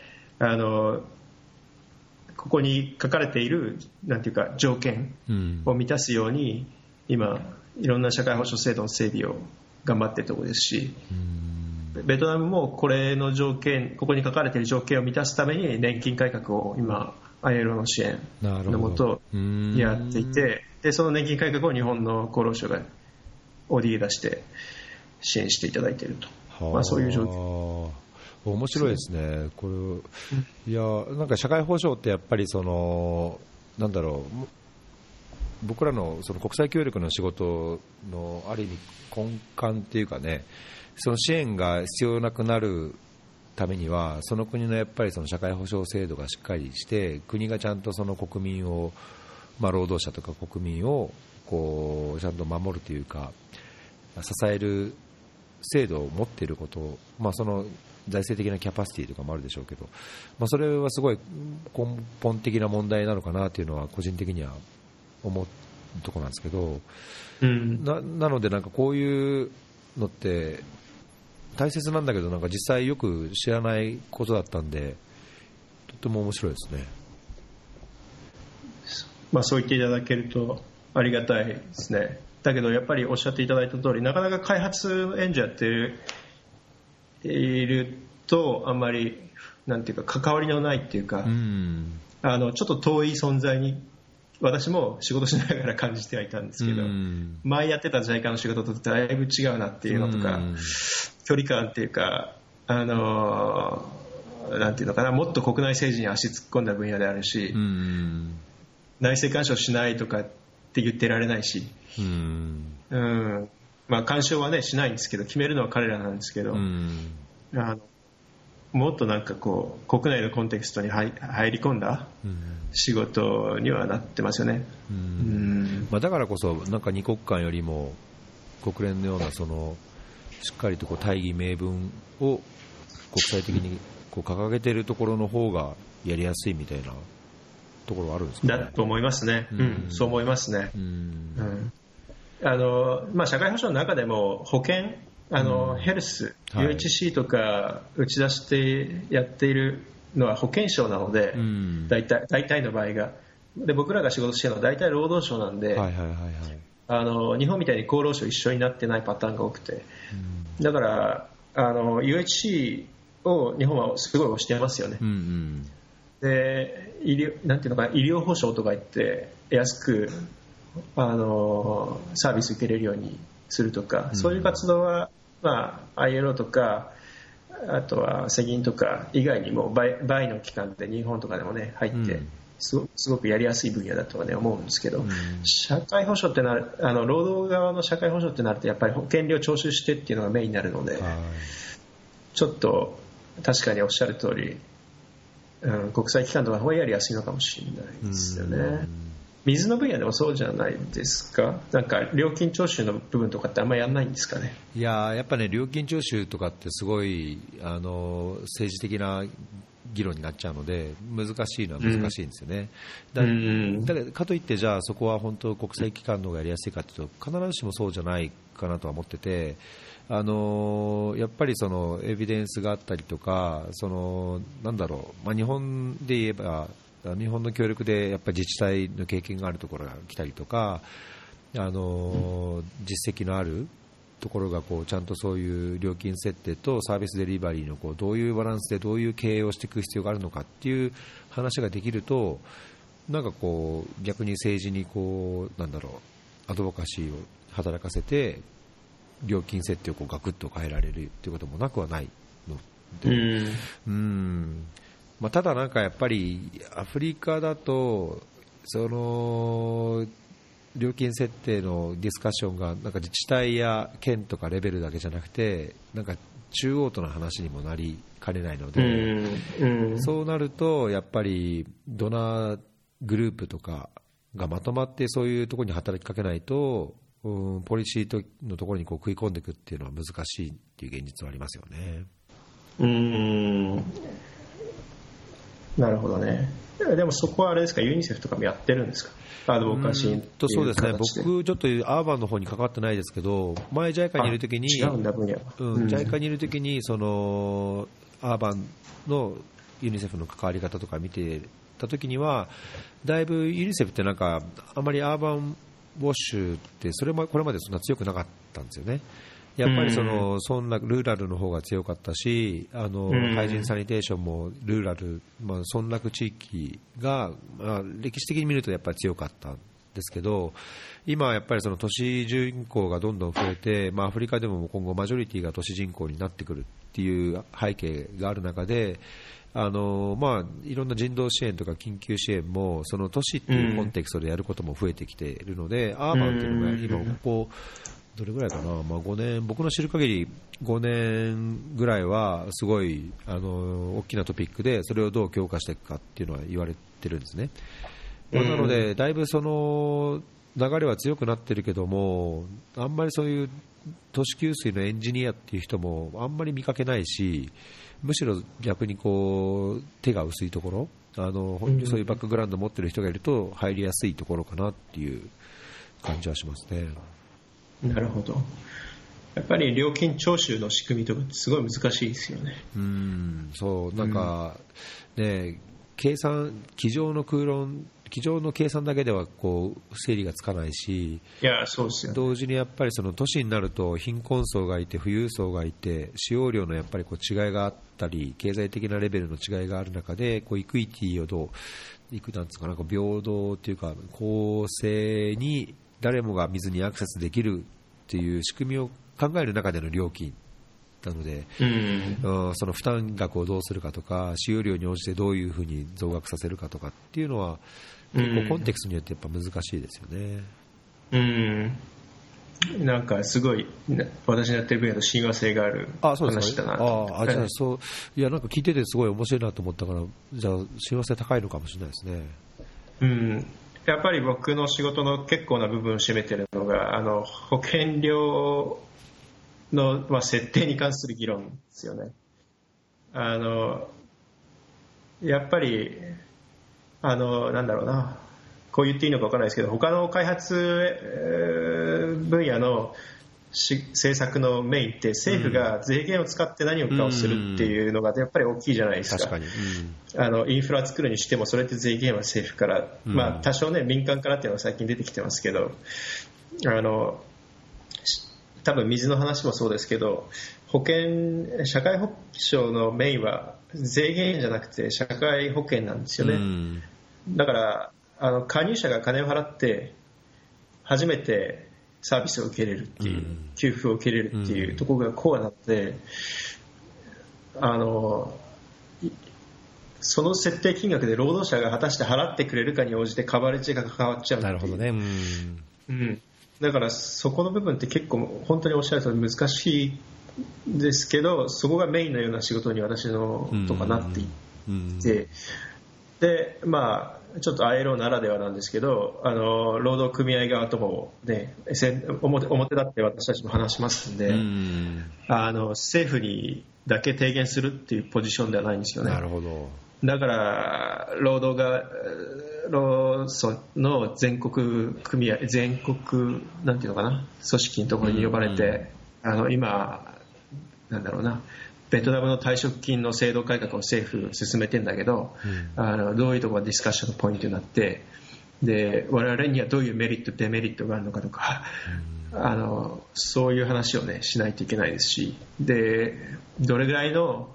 ここに書かれているなんていうか条件を満たすように今いろんな社会保障制度の整備を頑張っているところですし、ベトナムもこれの条件、ここに書かれている条件を満たすために年金改革を今ILO の支援のもとやっていて、でその年金改革を日本の厚労省が ODA 出して支援していただいていると、そういう状況。 面白いですね。これ、いやなんか社会保障ってやっぱりなんだろう、僕らのその国際協力の仕事のある意味根幹っていうかね、その支援が必要なくなるためにはその国のやっぱりその社会保障制度がしっかりして国がちゃんとその国民を、労働者とか国民をこうちゃんと守るというか支える制度を持っていること、その財政的なキャパシティとかもあるでしょうけど、それはすごい根本的な問題なのかなというのは個人的には思うところなんですけど、なのでなんかこういうのって大切なんだけど、なんか実際よく知らないことだったんでとっても面白いですね。 そう言っていただけるとありがたいですね。だけどやっぱりおっしゃっていただいた通り、なかなか開発援助やっているとあんまりなんていうか関わりのないっていうか、ちょっと遠い存在に私も仕事しながら感じてはいたんですけど、前やってた JICA の仕事とだいぶ違うなっていうのとか、距離感っていうか、なんていうのかな、もっと国内政治に足突っ込んだ分野であるし、内政干渉しないとかって言ってられないし、干渉はねしないんですけど、決めるのは彼らなんですけど、もっとなんかこう国内のコンテクストに入り込んだ仕事にはなってますよね。 だからこそなんか二国間よりも国連のようなそのしっかりとこう大義名分を国際的にこう掲げているところの方がやりやすいみたいなところはあるんですかね。 だと思いますね。そう思いますね。社会保障の中でも保険、ヘルス、UHC とか打ち出してやっているのは保健省なので、大体の場合がで、僕らが仕事しているのは大体労働省なんで、日本みたいに厚労省一緒になってないパターンが多くて、だからUHC を日本はすごい推してますよね。でなんていうのかな、医療保障とか言って安くサービス受けれるようにするとか、そういう活動は、ILO とかあとは世銀とか以外にも倍の期間で日本とかでもね入ってすごくやりやすい分野だとはね思うんですけど、社会保障ってなる労働側の社会保障ってなるとやっぱり保険料徴収してっていうのがメインになるので、ちょっと確かにおっしゃる通り、国際機関とかの方がやりやすいのかもしれないですよね。水の分野でもそうじゃないですか。なんか料金徴収の部分とかってあんまりやんないんですかね。 いややっぱね、料金徴収とかってすごい政治的な議論になっちゃうので難しいのは難しいんですよね。だからかといってじゃあそこは本当国際機関の方がやりやすいかというと必ずしもそうじゃないかなとは思ってて、やっぱりそのエビデンスがあったりとか、なんだろう、日本で言えば日本の協力でやっぱり自治体の経験があるところが来たりとか、実績のあるところがちゃんとそういう料金設定とサービスデリバリーのどういうバランスでどういう経営をしていく必要があるのかっていう話ができると、なんか逆に政治になんだろう、アドボカシーを働かせて料金設定をガクッと変えられるということもなくはないので、ただなんかやっぱりアフリカだと料金設定のディスカッションがなんか自治体や県とかレベルだけじゃなくてなんか中央との話にもなりかねないので、そうなるとやっぱりドナーグループとかがまとまってそういうところに働きかけないと、ポリシーのところに食い込んでいくっていうのは難しいっていう現実はありますよね。 なるほどね。でもそこはあれですか、ユニセフとかもやってるんですか、アドボカシーっていう形で。 そうですね、僕ちょっとアーバンの方に関わってないですけど、前 JICA にいるときに、JICA にいるときにアーバンのユニセフの関わり方とか見てたときには、だいぶユニセフってなんかあまりアーバンウォッシュってこれまでそんな強くなかったんですよね。やっぱりそんなルーラルの方が強かったし、ハイジンサニテーションもルーラル、村落地域が、歴史的に見るとやっぱり強かったんですけど、今はやっぱり都市人口がどんどん増えて、アフリカでも今後マジョリティが都市人口になってくるっていう背景がある中で、いろんな人道支援とか緊急支援もその都市っていうコンテクストでやることも増えてきているので、アーバンっていうのが今ここどれぐらいかな、5年、僕の知る限り5年ぐらいはすごい大きなトピックで、それをどう強化していくかっていうのは言われてるんですね。なのでだいぶその流れは強くなってるけども、あんまりそういう都市給水のエンジニアっていう人もあんまり見かけないし、むしろ逆に手が薄いところ、そういうバックグラウンドを持っている人がいると入りやすいところかなっていう感じはしますね。 なるほど。やっぱり料金徴収の仕組みとかってすごい難しいですよね。 そうなんか、計算机上の計算だけでは整理がつかないし、 いやそうですよね。 同時にやっぱりその都市になると貧困層がいて富裕層がいて、使用量のやっぱり違いがあったり、経済的なレベルの違いがある中でイクイティをどうなんですか、なんか平等というか公正に誰もが水にアクセスできるっていう仕組みを考える中での料金なので、その負担額をどうするかとか、使用量に応じてどういうふうに増額させるかとかっていうのは結構コンテクストによってやっぱ難しいですよね。 なんかすごい私のやってる分野と親和性がある話だなと。 じゃあそういや、なんか聞いててすごい面白いなと思ったから、じゃあ親和性高いのかもしれないですね。 やっぱり僕の仕事の結構な部分を占めているのが保険料の、設定に関する議論ですよね。やっぱりなんだろうな、こう言っていいのか分からないですけど、他の開発分野の政策のメインって政府が税源を使って何をかをするっていうのがやっぱり大きいじゃないですか。 確かに、 インフラ作るにしてもそれって税源は政府から、多少ね民間からっていうのは最近出てきてますけど、多分水の話もそうですけど、社会保障のメインは税源じゃなくて社会保険なんですよね。だから加入者が金を払って初めてサービスを受けれるっていう、給付を受けれるっていうところがコアなので、 その設定金額で労働者が果たして払ってくれるかに応じてカバレッジが変わっちゃう。 なるほどね。 だからそこの部分って結構本当におっしゃる通り難しいですけど、そこがメインのような仕事に私のとかなっていって、でまあちょっと ILO ならではなんですけど、労働組合側とも、ね、表立って私たちも話しますんで、政府にだけ提言するっていうポジションではないんですよね。 なるほど。 だから労組の全国組合、全国なんていうのかな、組織のところに呼ばれて、今なんだろうな、ベトナムの退職金の制度改革を政府進めてんだけど、どういうところがディスカッションのポイントになって、で我々にはどういうメリットデメリットがあるのかとか、そういう話をねしないといけないですし、でどれぐらいの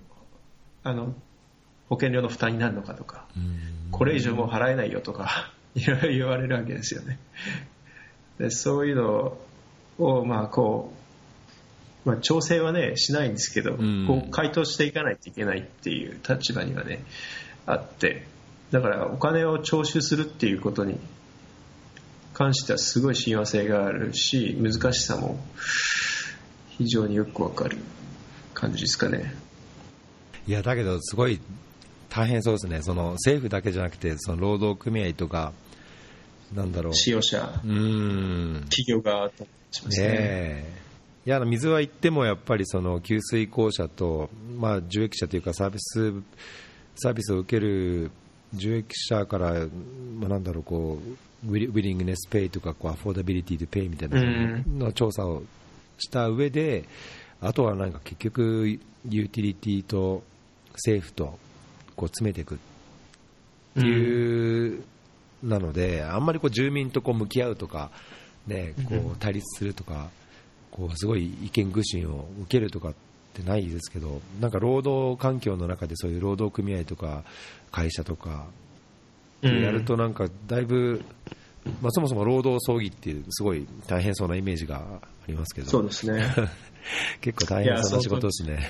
保険料の負担になるのかとか、これ以上もう払えないよとかいろいろ言われるわけですよね。でそういうのを調整はねしないんですけど、こう回答していかないといけないっていう立場にはねあって、だからお金を徴収するっていうことに関してはすごい親和性があるし、難しさも非常によくわかる感じですかね。 いやだけどすごい大変そうですね。その政府だけじゃなくて、その労働組合とかなんだろう、 使用者、企業側としますね。 いや水は言ってもやっぱりその給水公社と、受益者というかサービスを受ける受益者から、なんだろう、こうウィリングネスペイとかアフォーダビリティでペイみたいなの調査をした上で、あとはなんか結局ユーティリティと政府とこう詰めていくっていうなので、あんまりこう住民とこう向き合うとか、ね、こう対立するとか、こうすごい意見具申を受けるとかってないですけど、なんか労働環境の中でそういう労働組合とか会社とかやると、なんかだいぶ、そもそも労働争議っていうすごい大変そうなイメージがありますけど。 そうですね結構大変そうな仕事ですね。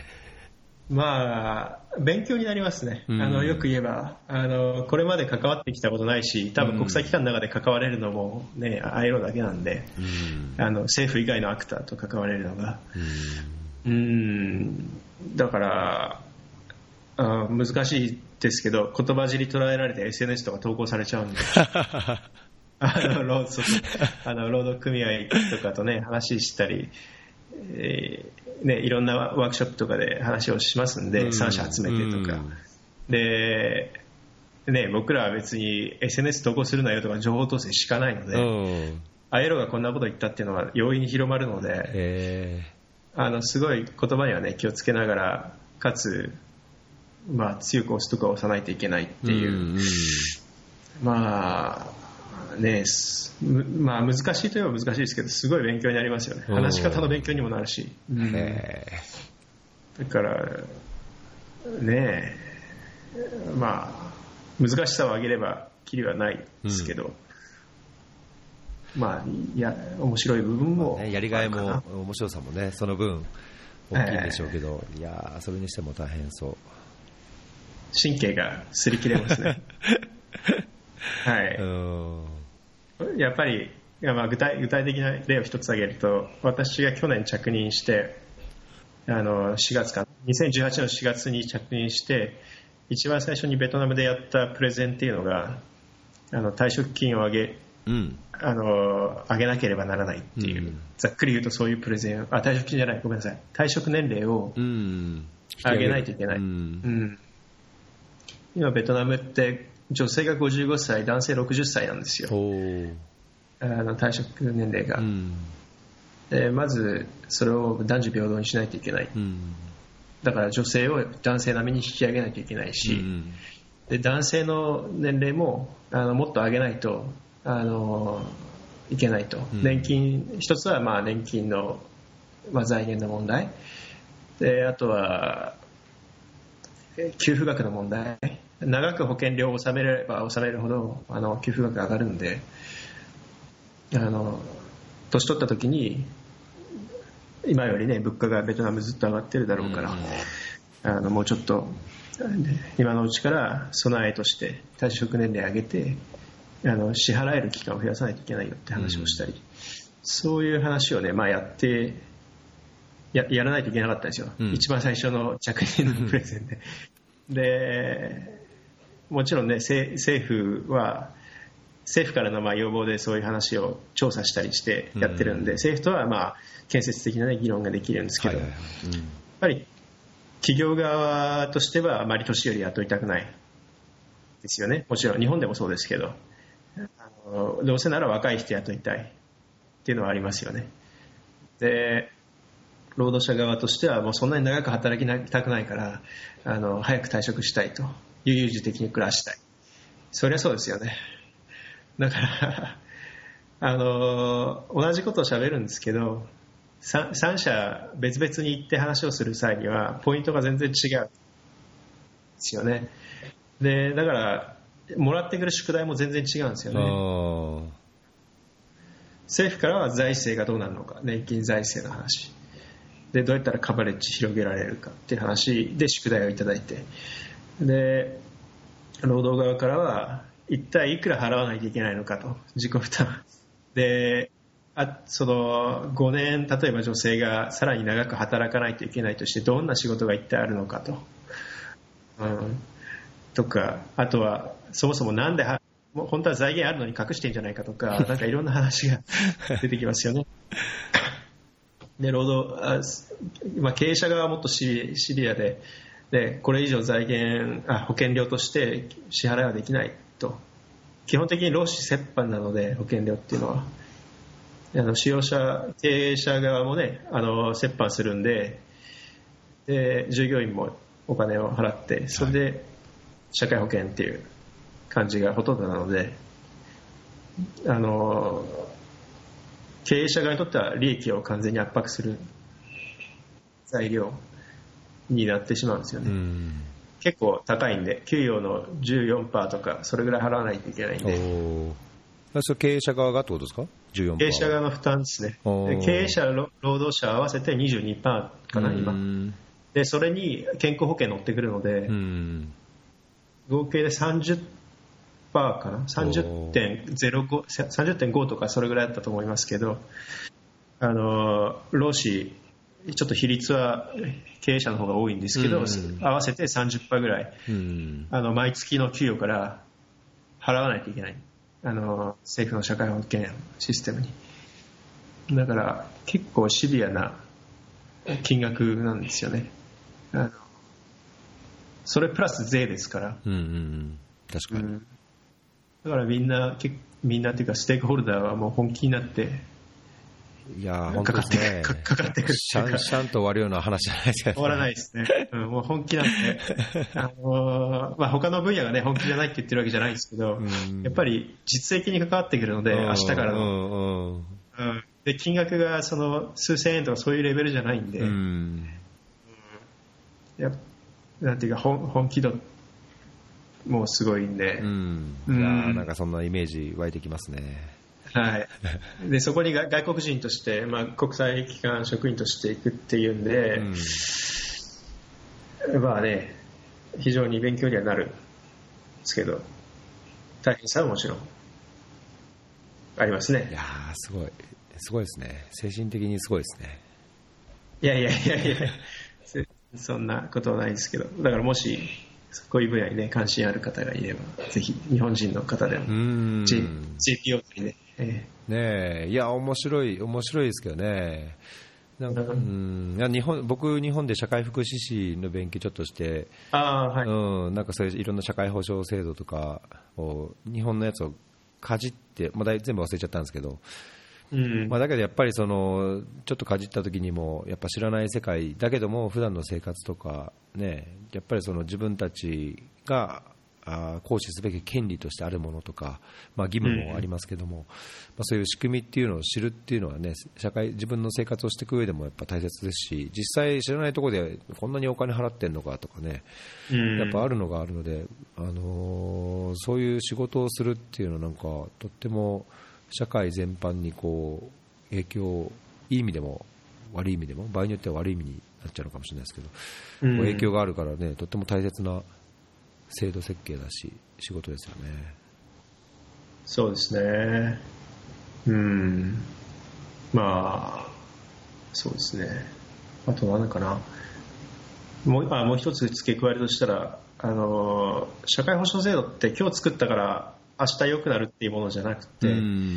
勉強になりますね。よく言えばこれまで関わってきたことないし、多分国際機関の中で関われるのも、ね、ILO だけなんで、政府以外のアクターと関われるのが、だから難しいですけど、言葉尻捉えられて SNS とか投稿されちゃうんで労働組合とかとね話したり、いろんなワークショップとかで話をしますんで、3社集めてとかで、僕らは別に SNS 投稿するなよとか情報統制敷かないので、ILO がこんなこと言ったっていうのは容易に広まるので、すごい言葉にはね気をつけながら、かつ強く押すとか押さないといけないっていう、難しいといえば難しいですけど、すごい勉強になりますよね。話し方の勉強にもなるし、だからね、難しさを上げればきりはないですけど、面白い部分も、 やりがいも面白さもね、その分大きいんでしょうけど、いやそれにしても大変そう。 神経が擦り切れますねはい。やっぱり具体的な例を一つ挙げると、私が去年着任して4月か2018の4月に着任して、一番最初にベトナムでやったプレゼンっていうのが、退職金を上げなければならないっていう、ざっくり言うとそういうプレゼン、退職金じゃない、ごめんなさい、退職年齢を上げないといけない。今ベトナムって女性が55歳、男性60歳なんですよ、退職年齢が。でまずそれを男女平等にしないといけない。だから女性を男性並みに引き上げないといけないし、で男性の年齢ももっと上げないといけないと。年金、一つは年金の財源の問題で、あとは給付額の問題。長く保険料を納めれば納めるほど給付額が上がるんで、年取った時に今よりね物価がベトナムずっと上がってるだろうから、 もうちょっと今のうちから備えとして退職年齢上げて支払える期間を増やさないといけないよって話をしたり、そういう話をね、やらないといけなかったんですよ、一番最初の着任のプレゼンで。でもちろんね、政府からの要望でそういう話を調査したりしてやってるんで、政府とは建設的な、議論ができるんですけど、やっぱり企業側としてはあまり年寄り雇いたくないですよね。もちろん日本でもそうですけど、どうせなら若い人雇いたいっていうのはありますよね。で労働者側としてはもうそんなに長く働きたくないから早く退職したいと、悠々自適に暮らしたい。そりゃそうですよね。だから同じことを喋るんですけど、3社別々に行って話をする際にはポイントが全然違うんですよね。でだからもらってくる宿題も全然違うんですよね。政府からは財政がどうなるのか、年金財政の話で、どうやったらカバレッジ広げられるかっていう話で宿題をいただいて、で労働側からは一体いくら払わないといけないのかと、自己負担でその5年、例えば女性がさらに長く働かないといけないとしてどんな仕事が一体あるのかと、とか、あとはそもそもなんで本当は財源あるのに隠してんじゃないかとか、なんかいろんな話が出てきますよね。で経営者側はもっとシビアで、これ以上保険料として支払いはできないと。基本的に労使折半なので、保険料っていうのは使用者、経営者側もね折半するんで、従業員もお金を払って、それで社会保険っていう感じがほとんどなので、経営者側にとっては利益を完全に圧迫する材料になってしまうんですよね。結構高いんで、給与の 14% とかそれぐらい払わないといけないんで。 それ経営者側がってことですか？ 14%。 経営者側の負担ですね。経営者、労働者合わせて 22% かな今で、それに健康保険乗ってくるので、合計で 30%かな、 30.5 とかそれぐらいだったと思いますけど、労使ちょっと比率は経営者の方が多いんですけど、合わせて 30% ぐらい毎月の給与から払わないといけない、政府の社会保険システムに。だから結構シビアな金額なんですよね。それプラス税ですから、 確かに、 だからみんなっていうかステークホルダーはもう本気になって、 いや本当ですね、 かかってくるシャンと終わるような話じゃないですか、 終わらないですね、もう本気なんで他の分野がね本気じゃないって言ってるわけじゃないですけど、やっぱり実益に関わってくるので、明日からの、で金額がその数千円とかそういうレベルじゃないんで、なんていうか本気度もうすごいんで、 なんかそんなイメージ湧いてきますね。 はい、でそこに外国人として、国際機関職員としていくっていうんで、非常に勉強にはなるんですけど、大変さはもちろんありますね。 いやすごいですね、精神的にすごいですね。 いやそんなことはないですけど、だからもしこういう分野にね関心ある方がいれば、ぜひ日本人の方でも JPO にね、 いや面白いですけどね。なんか僕日本で社会福祉士の勉強ちょっとして、なんかそういういろんな社会保障制度とかを日本のやつをかじって、全部忘れちゃったんですけど、だけどやっぱりちょっとかじった時にもやっぱ知らない世界だけども、普段の生活とかね、やっぱり自分たちが行使すべき権利としてあるものとか、義務もありますけども、そういう仕組みっていうのを知るっていうのはね、自分の生活をしていく上でもやっぱ大切ですし、実際知らないところでこんなにお金払ってんのかとかね、やっぱあるのがあるので、そういう仕事をするっていうのはなんかとっても社会全般に影響、いい意味でも悪い意味でも、場合によっては悪い意味にっちゃうのかもしれないですけど、 うん影響があるからね、とっても大切な制度設計だし仕事ですよね。 そうですね。まあそうですね。あと何かな。もう一つ付け加えるとしたら、社会保障制度って今日作ったから明日良くなるっていうものじゃなくて、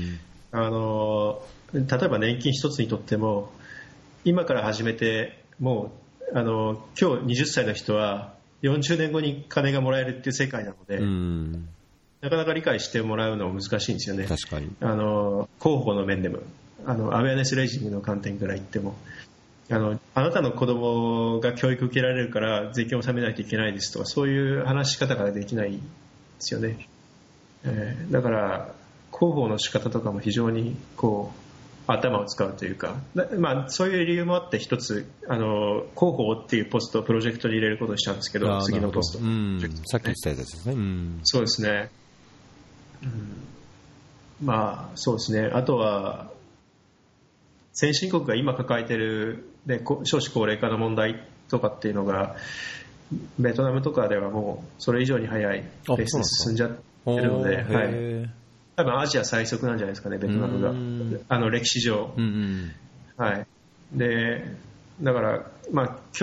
例えば年金一つにとっても今から始めてもう今日20歳の人は40年後に金がもらえるっていう世界なので、なかなか理解してもらうのは難しいんですよね。 確かに広報の面でもアウェアネスレイジングの観点から言ってもあなたの子供が教育受けられるから税金を納めないといけないですとか、そういう話し方ができないですよね。だから広報の仕方とかも非常にこう頭を使うというか、そういう理由もあって一つ広報っていうポストをプロジェクトに入れることにしたんですけど、次のポスト、 さっき言ってたやつですね。 そうですね。まあそうですね。あとは先進国が今抱えている少子高齢化の問題とかっていうのがベトナムとかではもうそれ以上に早いペースで進んじゃってるので、多分アジア最速なんじゃないですかね、ベトナムが歴史上、でだから、今日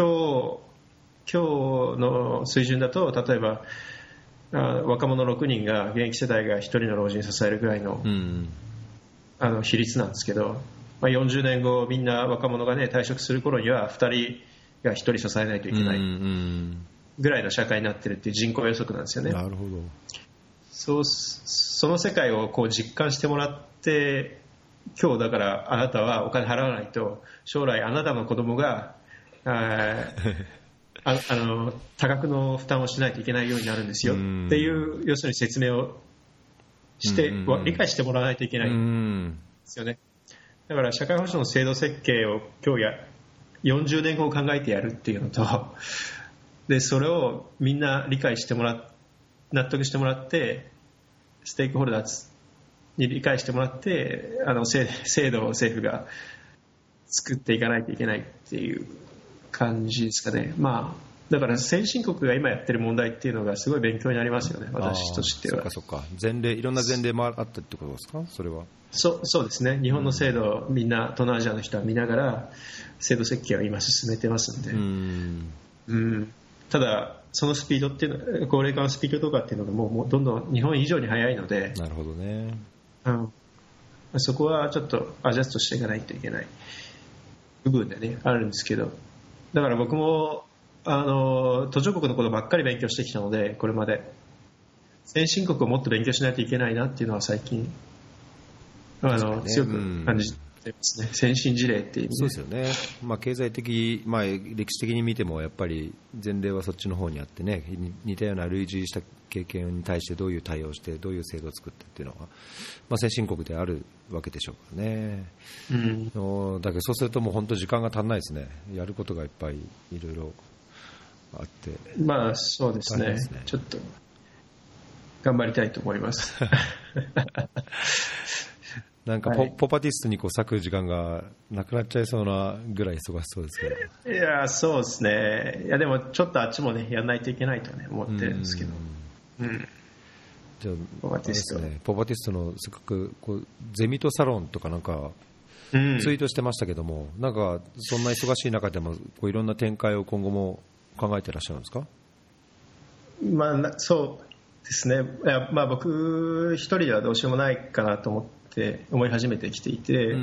の水準だと例えば若者6人が現役世代が1人の老人を支えるぐらいの、比率なんですけど、40年後みんな若者が、退職する頃には2人が1人支えないといけないぐらいの社会になっているっていう人口予測なんですよね。 なるほど。 その世界をこう実感してもらって、今日だからあなたはお金払わないと将来あなたの子供が多額の負担をしないといけないようになるんですよっていう要するに説明をして理解してもらわないといけないんですよね。だから社会保障の制度設計を今日40年後を考えてやるっていうのとでそれをみんな理解してもら納得してもらってステークホルダーに理解してもらって制度を政府が作っていかないといけないっていう感じですかね。だから先進国が今やってる問題っていうのがすごい勉強になりますよね、私としては。 そうかいろんな前例もあったってことですか、それは。 そうですね。日本の制度をみんな東南アジアの人は見ながら制度設計を今進めてますんで、ただそのスピードっていうの高齢化のスピードとかっていうのがもうどんどん日本以上に速いので、 なるほどね。 そこはちょっとアジャストしていかないといけない部分でねあるんですけど、だから僕も途上国のことばっかり勉強してきたので、これまで先進国をもっと勉強しないといけないなっていうのは最近強く感じてますね。先進事例っていう意味で。 そうですよね。経済的、歴史的に見てもやっぱり前例はそっちの方にあってね、似たような類似した経験に対してどういう対応してどういう制度を作ってっていうのは、先進国であるわけでしょうからね。だけどそうするともう本当時間が足んないですね。やることがいっぱいいろいろあって。 そうですね。ちょっと頑張りたいと思いますなんかポパティストに割く時間がなくなっちゃいそうなぐらい忙しそうですけど。 いやそうですね。いやでもちょっとあっちもねやらないといけないとね思ってるんですけど。 じゃあポパティストのせっかくゼミとサロンとかなんかツイートしてましたけども、なんかそんな忙しい中でもいろんな展開を今後も考えてらっしゃるんですか。 そうですね。僕一人ではどうしようもないかなと思い始めてきていて、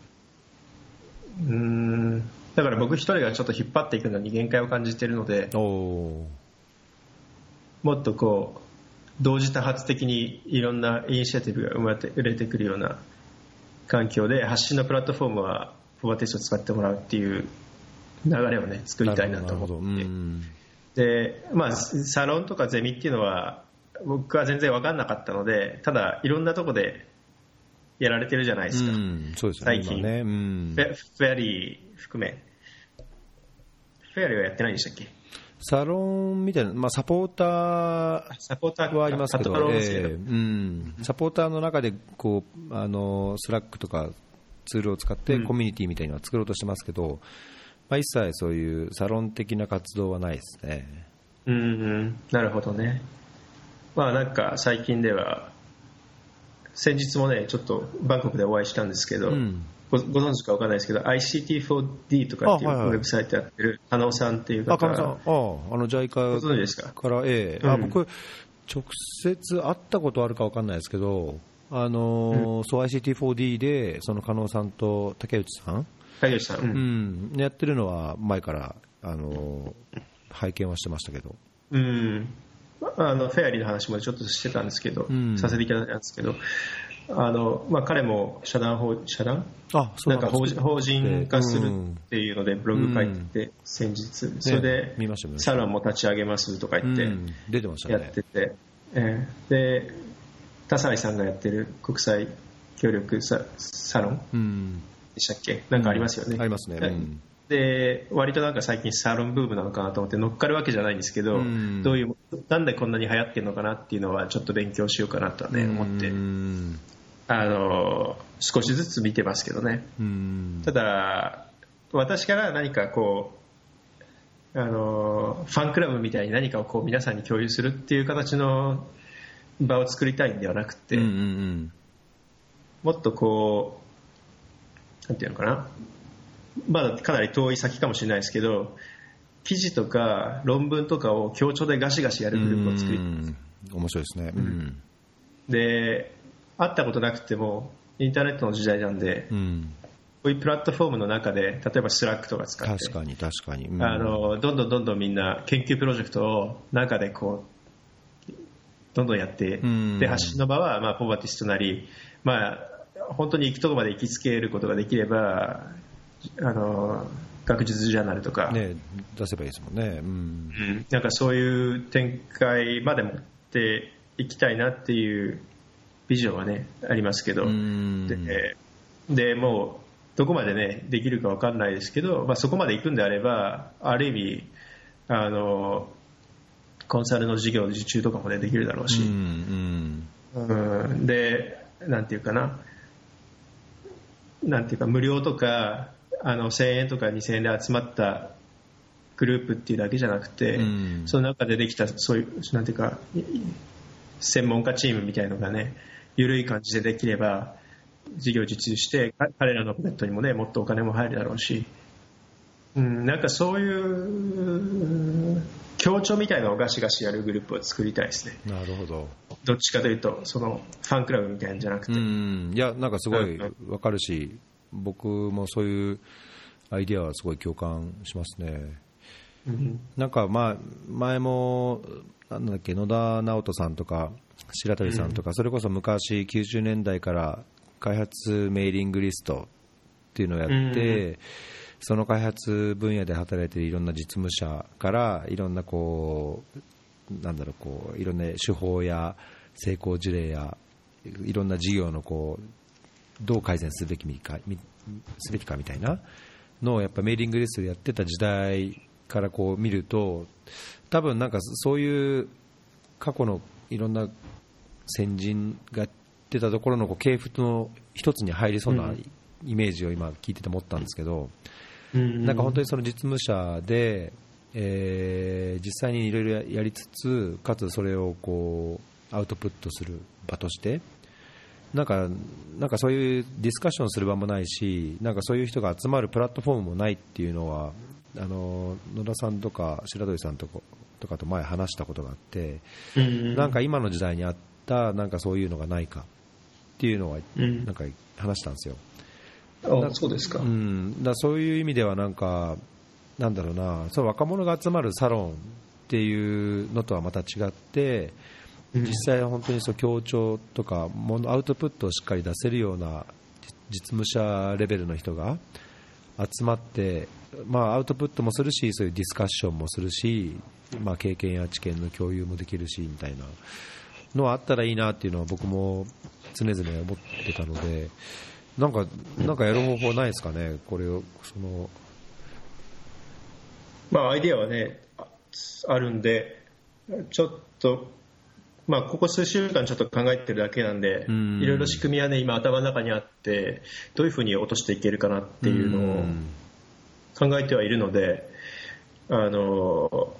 だから僕一人がちょっと引っ張っていくのに限界を感じているので、もっと同時多発的にいろんなイニシアティブが生れてくるような環境で、発信のプラットフォームはポパティストを使ってもらうっていう流れをね作りたいなと思ってで、サロンとかゼミっていうのは僕は全然分かんなかったので、ただいろんなとこでやられてるじゃないですか、 そうですね、 最近ね、 フェアリー含め。フェアリーはやってないんでしたっけ。 サロンみたいな、サポーターはありますけど、サポーターの中でスラックとかツールを使ってコミュニティみたいなのを作ろうとしてますけど、 一切そういうサロン的な活動はないですね。 なるほどね。なんか最近では先日もねちょっとバンコクでお会いしたんですけど、ご存知か分からないですけど ICT4D とかっていうウェブサイトやってる加納さんっていう方。 加納さん、JICA ご存知ですか？ から僕直接会ったことあるか分かんないですけど、そう ICT4D でその加納さんと竹内さん、やってるのは前から拝見はしてましたけど、 フェアリーの話もちょっとしてたんですけど、させていただいたんですけど、彼もなんか法人化するっていうのでブログ書いてて、先日それでサロンも立ち上げますとか言ってやってて、で田沢さんがやってる国際協力サロンでしたっけ、なんかありますよね。 ありますね。 で割となんか最近サロンブームなのかなと思って乗っかるわけじゃないんですけど、なんでこんなに流行ってるのかなっていうのはちょっと勉強しようかなとはね思って、少しずつ見てますけどね。ただ私から何かこうファンクラブみたいに何かをこう皆さんに共有するっていう形の場を作りたいんではなくて、もっとこうなんていうのかな、まだかなり遠い先かもしれないですけど、記事とか論文とかを協調でガシガシやるグループを作りたいです。 面白いですね。 で会ったことなくてもインターネットの時代なんで、こういうプラットフォームの中で例えばスラックとか使って確かに、 どんどんみんな研究プロジェクトを中でこうどんどんやって、で発信の場はポバティストなり、本当に行くところまで行きつけることができれば学術ジャーナルとか、 出せばいいですもんね。 なんかそういう展開まで持っていきたいなっていうビジョンはねありますけど、でもうどこまでねできるか分かんないですけど、そこまで行くんであればある意味コンサルの事業受注とかもねできるだろうし、でなんていうか無料とか1000円とか2000円で集まったグループっていうだけじゃなくて、その中でできたそういうなんていうか専門家チームみたいなのがね緩い感じでできれば事業受注して彼らのポケットにもねもっとお金も入るだろうし、なんかそういう協調みたいなのをガシガシやるグループを作りたいですね。 なるほど。 どっちかというとそのファンクラブみたいなんじゃなくて、 いやなんかすごい分かるし、僕もそういうアイディアはすごい共感しますね。なんか前もなんだっけ、野田直人さんとか白鳥さんとか、それこそ昔90年代から開発メーリングリストっていうのをやって、その開発分野で働いているいろんな実務者からいろんなこういろんな手法や成功事例やいろんな事業のこうどう改善すべきかみたいなのをやっぱメーリングリストでやってた時代からこう見ると、多分なんかそういう過去のいろんな先人がやってたところのこう系譜の一つに入りそうなイメージを今聞いてて思ったんですけど、なんか本当にその実務者で、実際にいろいろやりつつかつそれをこうアウトプットする場としてなんかそういうディスカッションする場もないし、なんかそういう人が集まるプラットフォームもないっていうのは野田さんとか白鳥さんとかと前話したことがあって、なんか今の時代にあったなんかそういうのがないかっていうのはなんか話したんですよ。 そうですか。 だそういう意味ではなんかなんだろうな、その若者が集まるサロンっていうのとはまた違って、実際は本当にそう協調とかアウトプットをしっかり出せるような実務者レベルの人が集まって、アウトプットもするし、そういうディスカッションもするし、経験や知見の共有もできるしみたいなのはあったらいいなっていうのは僕も常々思ってたので、なんかやる方法ないですかね、これをアイディアはねあるんで、ちょっとここ数週間ちょっと考えてるだけなんで、いろいろ仕組みはね今頭の中にあって、どういうふうに落としていけるかなっていうのを考えてはいるので、ど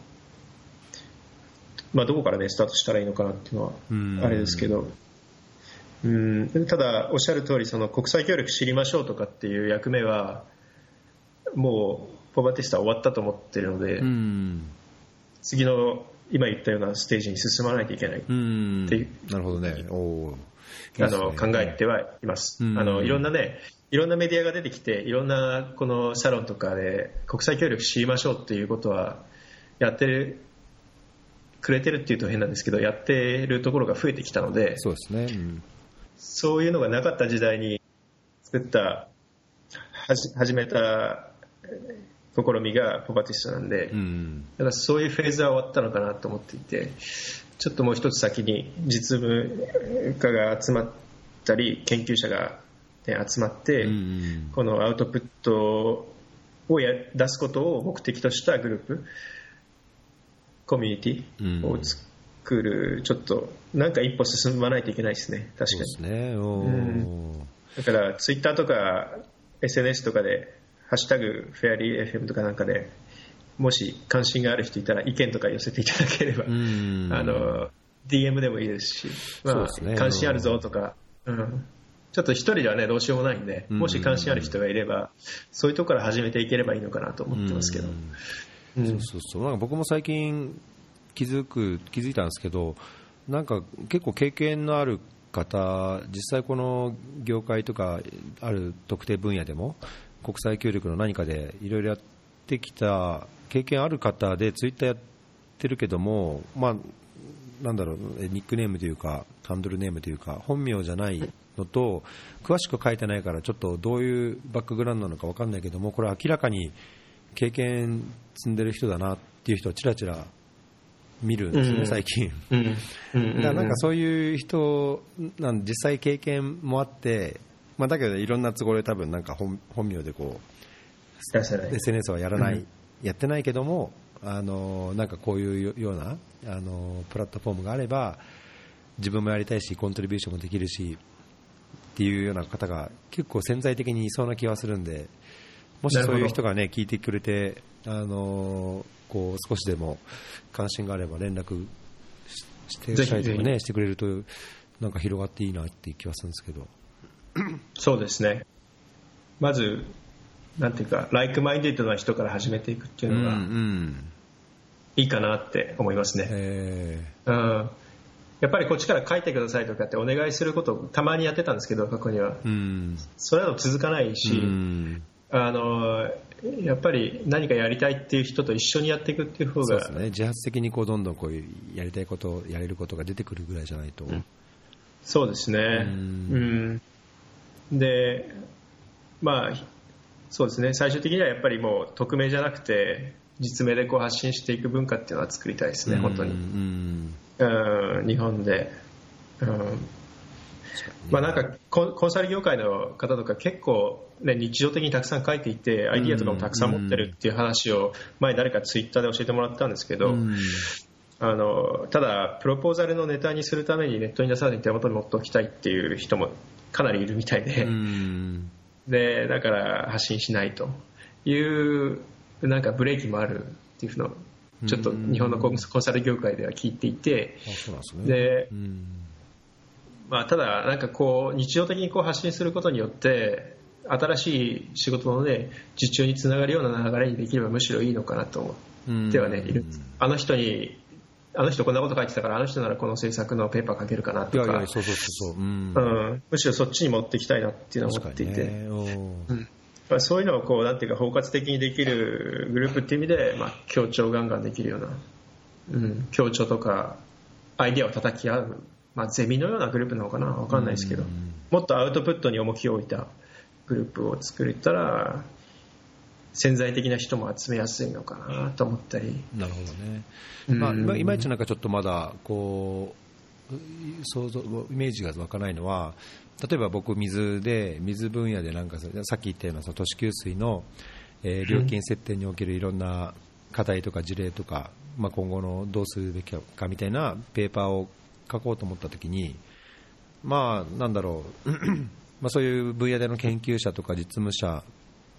こからねスタートしたらいいのかなっていうのはあれですけど、ただおっしゃる通り、その国際協力知りましょうとかっていう役目はもうポバティスタは終わったと思っているので、次の今言ったようなステージに進まないといけないっていう、 なるほどね。 考えてはいます。いろんなメディアが出てきて、いろんなこのサロンとかで国際協力知りましょうっていうことはやってくれてるっていうと変なんですけど、やってるところが増えてきたので、 そうですね。 そういうのがなかった時代に始めた試みがポバティストなんで、だからそういうフェーズは終わったのかなと思っていて、ちょっともう一つ先に実務家が集まったり研究者が、集まって、このアウトプットを出すことを目的としたグループコミュニティを作る、ちょっとなんか一歩進まないといけないですね。確かに。そうですね。だからツイッターとか SNS とかでハッシュタグフェアリー FM とかなんかでもし関心がある人いたら意見とか寄せていただければ、DM でもいいですし、関心あるぞとか、ちょっと一人ではねどうしようもないんで、もし関心ある人がいればそういうところから始めていければいいのかなと思ってますけど、 なんか僕も最近気づいたんですけど、なんか結構経験のある方、実際この業界とかある特定分野でも国際協力の何かでいろいろやってきた経験ある方でツイッターやってるけども、なんだろう、ニックネームというかハンドルネームというか本名じゃないのと詳しく書いてないからちょっとどういうバックグラウンドなのか分かんないけども、これ明らかに経験積んでる人だなっていう人をちらちら見るんですね、最近。だからなんかそういう人実際経験もあって、だけどいろんな都合で多分なんか本名でこう SNS はやってないけども、なんかこういうようなプラットフォームがあれば自分もやりたいしコントリビューションもできるしっていうような方が結構潜在的にいそうな気がするんで、もしそういう人がね聞いてくれてこう少しでも関心があれば連絡したりとかねしてくれるとなんか広がっていいなっていう気はするんですけど。 そうですね。まずなんていうかライクマインデッドな人から始めていくっていうのがいいかなって思いますね。やっぱりこっちから書いてくださいとかってお願いすることをたまにやってたんですけど、過去にはそれは続かないし、やっぱり何かやりたいっていう人と一緒にやっていくっていう方が、そうですね、 自発的にこうどんどんこういうやりたいことやれることが出てくるぐらいじゃないと、 そうですね。でそうですね、最終的にはやっぱりもう匿名じゃなくて実名でこう発信していく文化っていうのは作りたいですね、本当に。日本で、なんかコンサル業界の方とか結構、日常的にたくさん書いていてアイディアとかもたくさん持ってるっていう話を前誰かツイッターで教えてもらったんですけど、ただプロポーザルのネタにするためにネットに出さないで手元に持っておきたいっていう人もかなりいるみたいで、だから発信しないというなんかブレーキもあるっていうのをちょっと日本のコンサル業界では聞いていて、でただなんかこう日常的にこう発信することによって新しい仕事のね受注につながるような流れにできればむしろいいのかなと思ってはねいる。あの人こんなこと書いてたからあの人ならこの制作のペーパー書けるかなとか、むしろそっちに持っていきたいなっていうのを思っていて、そういうのをこうなんていうか包括的にできるグループっていう意味で、協調ガンガンできるような、協調とかアイデアを叩き合う、ゼミのようなグループなのかな、分かんないですけど、もっとアウトプットに重きを置いたグループを作れたら潜在的な人も集めやすいのかなと思ったり。 なるほどね。いまいちなんかちょっとまだこう想像イメージが湧かないのは、例えば僕水分野でなんかさっき言ったようなその都市給水の、料金設定におけるいろんな課題とか事例とか、今後のどうするべきかみたいなペーパーを書こうと思ったときに、なんだろうそういう分野での研究者とか実務者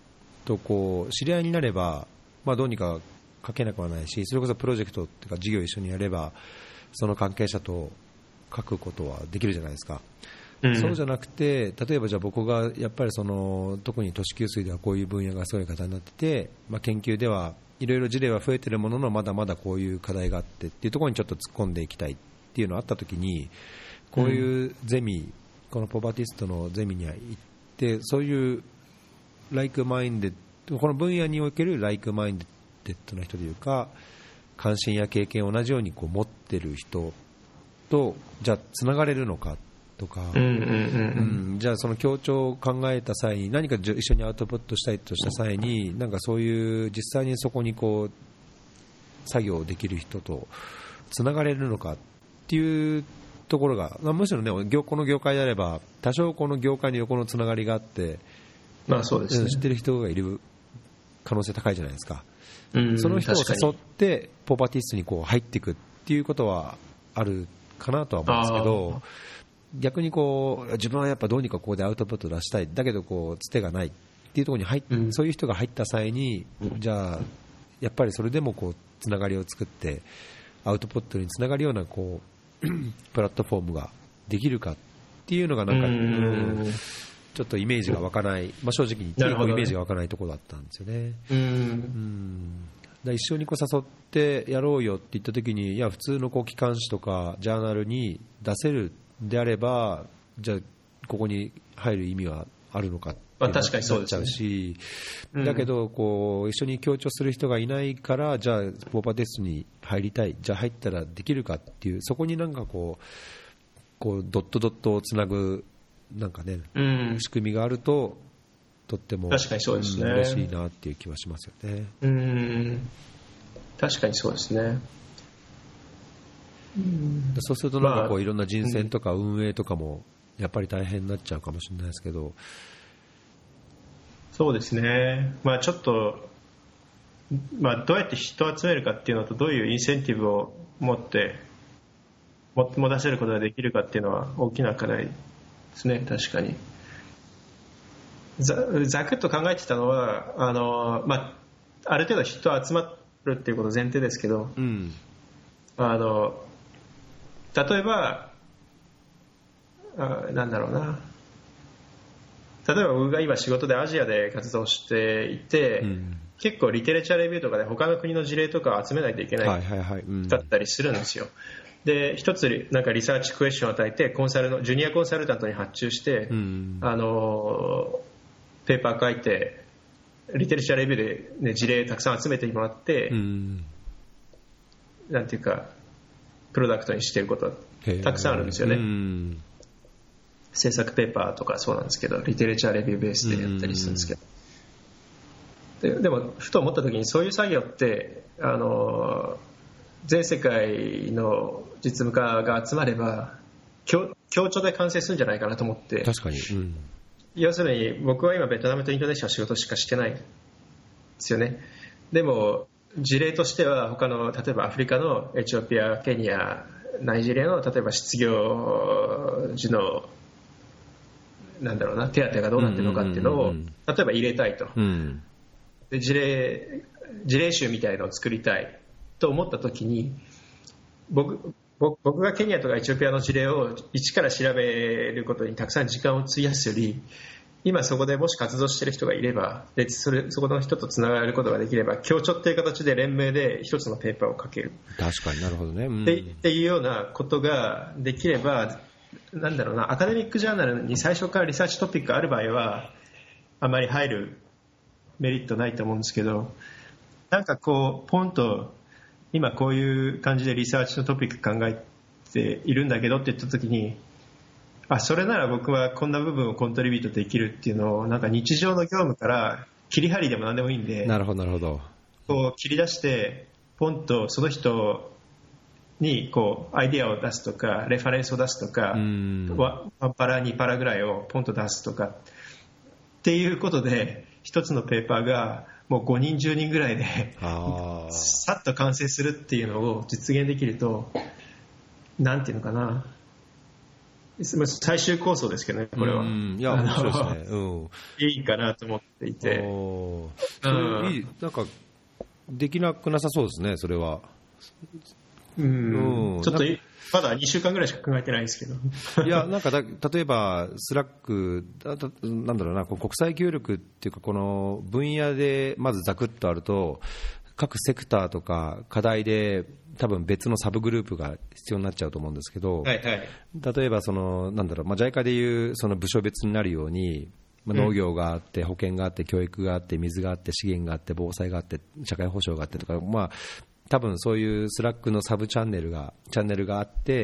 とこう知り合いになれば、まあ、どうにか書けなくはないし、それこそプロジェクトというか事業を一緒にやればその関係者と書くことはできるじゃないですか。そうじゃなくて、例えばじゃあ僕がやっぱり特に都市給水ではこういう分野がすごい方になってて、まあ、研究ではいろいろ事例は増えているもののまだまだこういう課題があってっていうところにちょっと突っ込んでいきたいっていうのがあったときに、こういうゼミ、このポバティストのゼミには行って、そういうライクマインデッド、この分野におけるライクマインデッドな人というか、関心や経験を同じようにこう持っている人とじゃあつながれるのかとか、じゃあその協調を考えた際に何か一緒にアウトプットしたいとした際に、なんかそういう実際にそこにこう作業できる人とつながれるのかっていうところが、むしろね、この業界であれば多少この業界の横のつながりがあって、 まあそうですね、 知ってる人がいる可能性高いじゃないですか。その人を誘ってポバティストにこう入っていくっていうことはあるかなとは思うんですけど、逆にこう自分はやっぱどうにかここでアウトプット出したい、だけどこうつてがないっていうところにそういう人が入った際に、じゃあやっぱりそれでもこうつながりを作ってアウトプットにつながるようなこうプラットフォームができるかっていうのがなんかちょっとイメージが湧かない、まあ、正直に言ってイメージが湧かないところだったんですよね。だ一緒にこう誘ってやろうよって言った時に、いや普通のこう機関誌とかジャーナルに出せるであれば、じゃあここに入る意味はあるのかってなっちゃうし、だけどこう一緒に協調する人がいないから、じゃあポバティストに入りたい、じゃあ入ったらできるかっていう、そこになんかこうドットドットをつなぐなんかね、仕組みがあるととっても確かにそうですね、 嬉しいなっていう気はしますよね。 確かにそうですね。 そうするとなんかこういろんな人選とか運営とかもやっぱり大変になっちゃうかもしれないですけど、 そうですね、まあ、ちょっと、まあ、どうやって人を集めるかっていうのと、どういうインセンティブを持って持たせることができるかっていうのは大きな課題ですね。確かにざくっと考えてたのはまあ、ある程度人集まるっていうこと前提ですけど、例えばなんだろうな、例えば僕が今仕事でアジアで活動していて、結構リテレチャーレビューとかで他の国の事例とかを集めないといけないだったりするんですよ。で一つなんかリサーチクエスチョンを与えてジュニアコンサルタントに発注して、ペーパー書いてリテレチャーレビューで、ね、事例たくさん集めてもらって、なんていうかプロダクトにしていることはたくさんあるんですよね。制作ペーパーとかそうなんですけど、リテレチャーレビューベースでやったりするんですけど、でもふと思った時に、そういう作業って全世界の実務家が集まれば協調で完成するんじゃないかなと思って。 確かに、 要するに僕は今ベトナムとインドネシアの仕事しかしてないんですよね。でも事例としては他の例えばアフリカのエチオピア、ケニア、ナイジェリアの例えば失業時のなんだろうな、手当がどうなっているのかっていうのを例えば入れたいと、で事例集みたいのを作りたいと思ったときに、僕がケニアとかエチオピアの事例を一から調べることにたくさん時間を費やすより、今そこでもし活動している人がいれば、でそこの人とつながることができれば、協調っていう形で連名で一つのペーパーを書ける。 確かに、なるほどね。 っていうようなことができれば、なんだろうな、アカデミックジャーナルに最初からリサーチトピックがある場合はあまり入るメリットないと思うんですけど、なんかこうポンと今こういう感じでリサーチのトピック考えているんだけどって言った時に、それなら僕はこんな部分をコントリビュートできるっていうのを、なんか日常の業務から切り張りでも何でもいいんで、 なるほどなるほど、 こう切り出してポンとその人にこうアイデアを出すとか、レファレンスを出すとか、1パラ2パラぐらいをポンと出すとかっていうことで、一つのペーパーがもう5人10人ぐらいでさっと完成するっていうのを実現できると、なんていうのかな、 最終構想ですけどね、これは。 いや、面白いですね。 いいかなと思っていて。 それいい、なんか、できなくなさそうですね、それは。 ちょっと、まだ2週間ぐらいしか考えてないんですけど。 いや、なんか例えば、スラック、なんだろうな、国際協力っていうか、この分野でまずざくっとあると、各セクターとか課題で多分別のサブグループが必要になっちゃうと思うんですけど、 はいはい、 例えばなんだろう、JICA でいうその部署別になるように、農業があって、保健があって、教育があって、水があって、資源があって、防災があって、社会保障があってとか、多分そういうスラックのサブチャンネルがあって、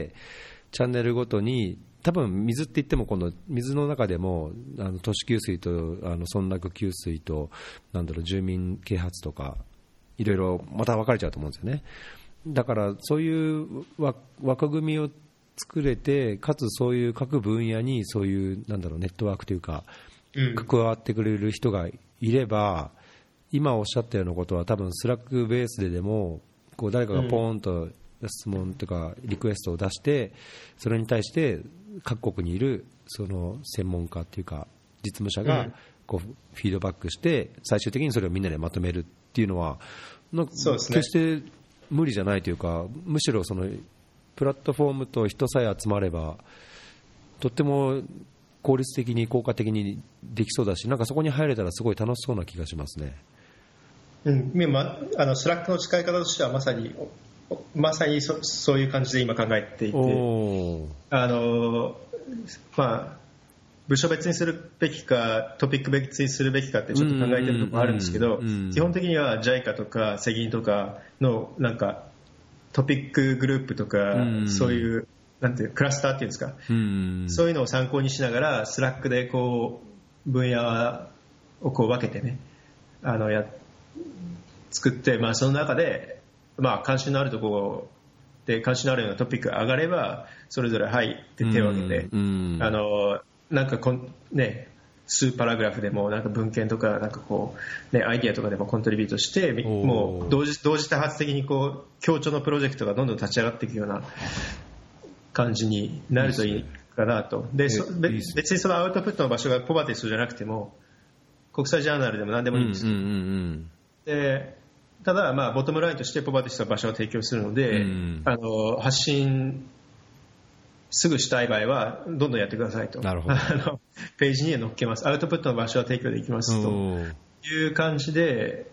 チャンネルごとに、多分水って言っても、この水の中でも都市給水と村落給水と、なんだろう、住民啓発とか、いろいろまた分かれちゃうと思うんですよね。だからそういう枠組みを作れて、かつそういう各分野にそういうなんだろうネットワークというか、関わってくれる人がいれば、今おっしゃったようなことは多分スラックベースでもこう誰かがポーンと質問とかリクエストを出して、それに対して各国にいるその専門家というか実務者がこうフィードバックして、最終的にそれをみんなでまとめるっていうのはなんか決して無理じゃないというか、むしろそのプラットフォームと人さえ集まればとっても効率的に効果的にできそうだし、なんかそこに入れたらすごい楽しそうな気がしますね。 スラックの使い方としてはまさにそういう感じで今考えていて、部署別にするべきかトピック別にするべきかってちょっと考えてるところあるんですけど、基本的には JICA とか世銀とかのなんかトピックグループとか、そういうなんていうクラスターっていうんですか、そういうのを参考にしながらスラックでこう分野をこう分けてね作って、その中で、関心のあるところで関心のあるようなトピックが上がればそれぞれはいって手を挙げて、なんか数パラグラフでもなんか文献とかなんかこう、アイディアとかでもコントリビュートして、もう同時多発的にこう協調のプロジェクトがどんどん立ち上がっていくような感じになるといいかなと。別にそのアウトプットの場所がポバティスじゃなくても国際ジャーナルでも何でもいいんですけど、でただボトムラインとしてポバティスの場所を提供するので、発信すぐしたい場合はどんどんやってくださいと。なるほど。ページには載っけます。アウトプットの場所は提供できますという感じで、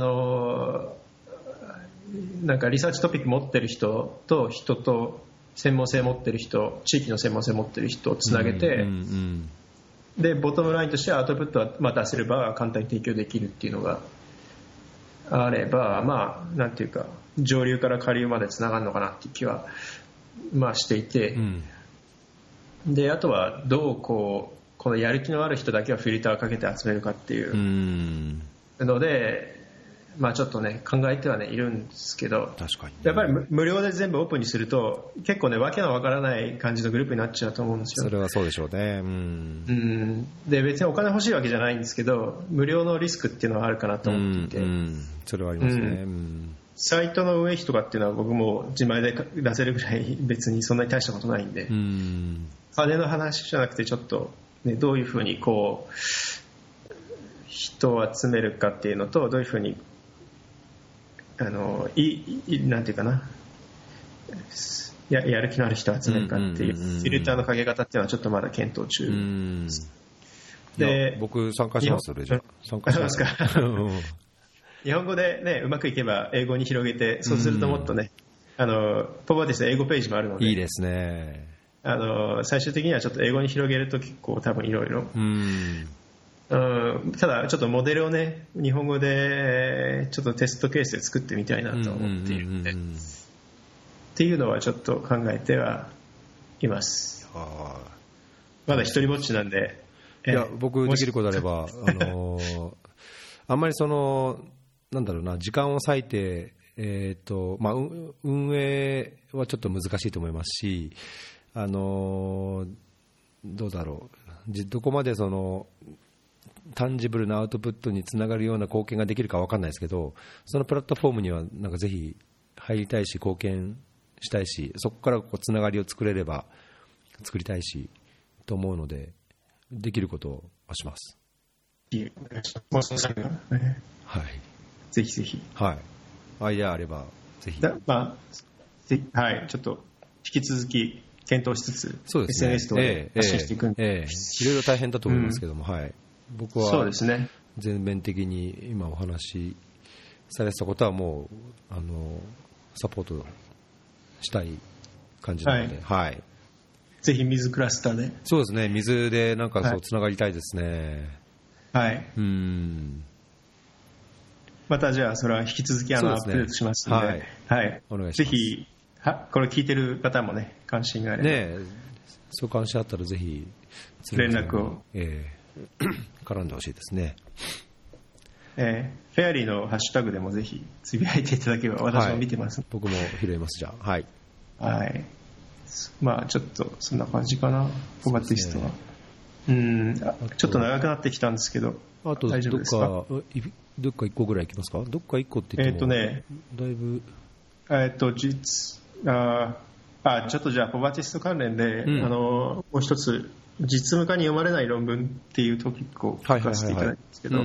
なんかリサーチトピック持ってる人と専門性持ってる人、地域の専門性持ってる人をつなげて、でボトムラインとしてアウトプットは出せれば簡単に提供できるっていうのがあれば、なんていうか上流から下流までつながるのかなっていう気はしていて、であとはどうこのやる気のある人だけはフィルターをかけて集めるかっていうので、ちょっとね考えてはねいるんですけど、 確かに、 やっぱり無料で全部オープンにすると結構ねわけのわからない感じのグループになっちゃうと思うんですよ。 それはそうでしょうね。 で別にお金欲しいわけじゃないんですけど、無料のリスクっていうのはあるかなと思っていて、 それはありますね。 サイトの運営費とかっていうのは僕も自前で出せるぐらい別にそんなに大したことないんで、金の話じゃなくてちょっと、どういうふうにこう人を集めるかっていうのと、どういうふうになんていうかな、やる気のある人を集めるかっていうフィルターのかけ方っていうのはちょっとまだ検討中です。 で僕参加します。それじゃ参加しますか。 日本語で、うまくいけば英語に広げて、そうするともっとね、ポバティスの英語ページもあるので、 いいですね。 最終的にはちょっと英語に広げると結構多分いろいろ、ただちょっとモデルをね日本語でちょっとテストケースで作ってみたいなと思っているので、っていうのはちょっと考えてはいます。まだ一人ぼっちなんで、 いや僕できることあればあんまりなんだろうな、時間を割いて、運営はちょっと難しいと思いますし、どうだろう、どこまでタンジブルなアウトプットにつながるような貢献ができるか分かんないですけど、そのプラットフォームにはなんかぜひ入りたいし貢献したいし、そこからつながりを作れれば作りたいしと思うので、できることはします。はい、 ぜひぜひ、 はい、アイデアあればぜひ、 はい、ちょっと引き続き検討しつつ、 そうですね、 SNS 等で発信していくんで、 いろいろ大変だと思いますけども、はい、僕はそうですね、 全面的に今お話しされてたことはもうサポートしたい感じなので、はい、 ぜひ水クラスターで、 そうですね、水でなんかそうつながりたいですね。 はい、またじゃあそれは引き続きアップデートしますので、はいはい、お願いします。ぜひこれ聞いてる方もね、関心があれば、 ね、そう関心あったらぜひ連絡を、 絡んでほしいですね。 フェアリーのハッシュタグでもぜひつぶやいていただければ私も見てます、 はい、僕も拾います。じゃあ、はい、 はい、まあちょっとそんな感じかな、ポバティストは。ちょっと長くなってきたんですけど、 あと大丈夫ですか？ どっか1個ぐらいいきますか？どっか1個って言ってもだいぶちょっとじゃあポバティスト関連で、もう一つ実務化に読まれない論文っていうトピックを書かせていただいたんですけど、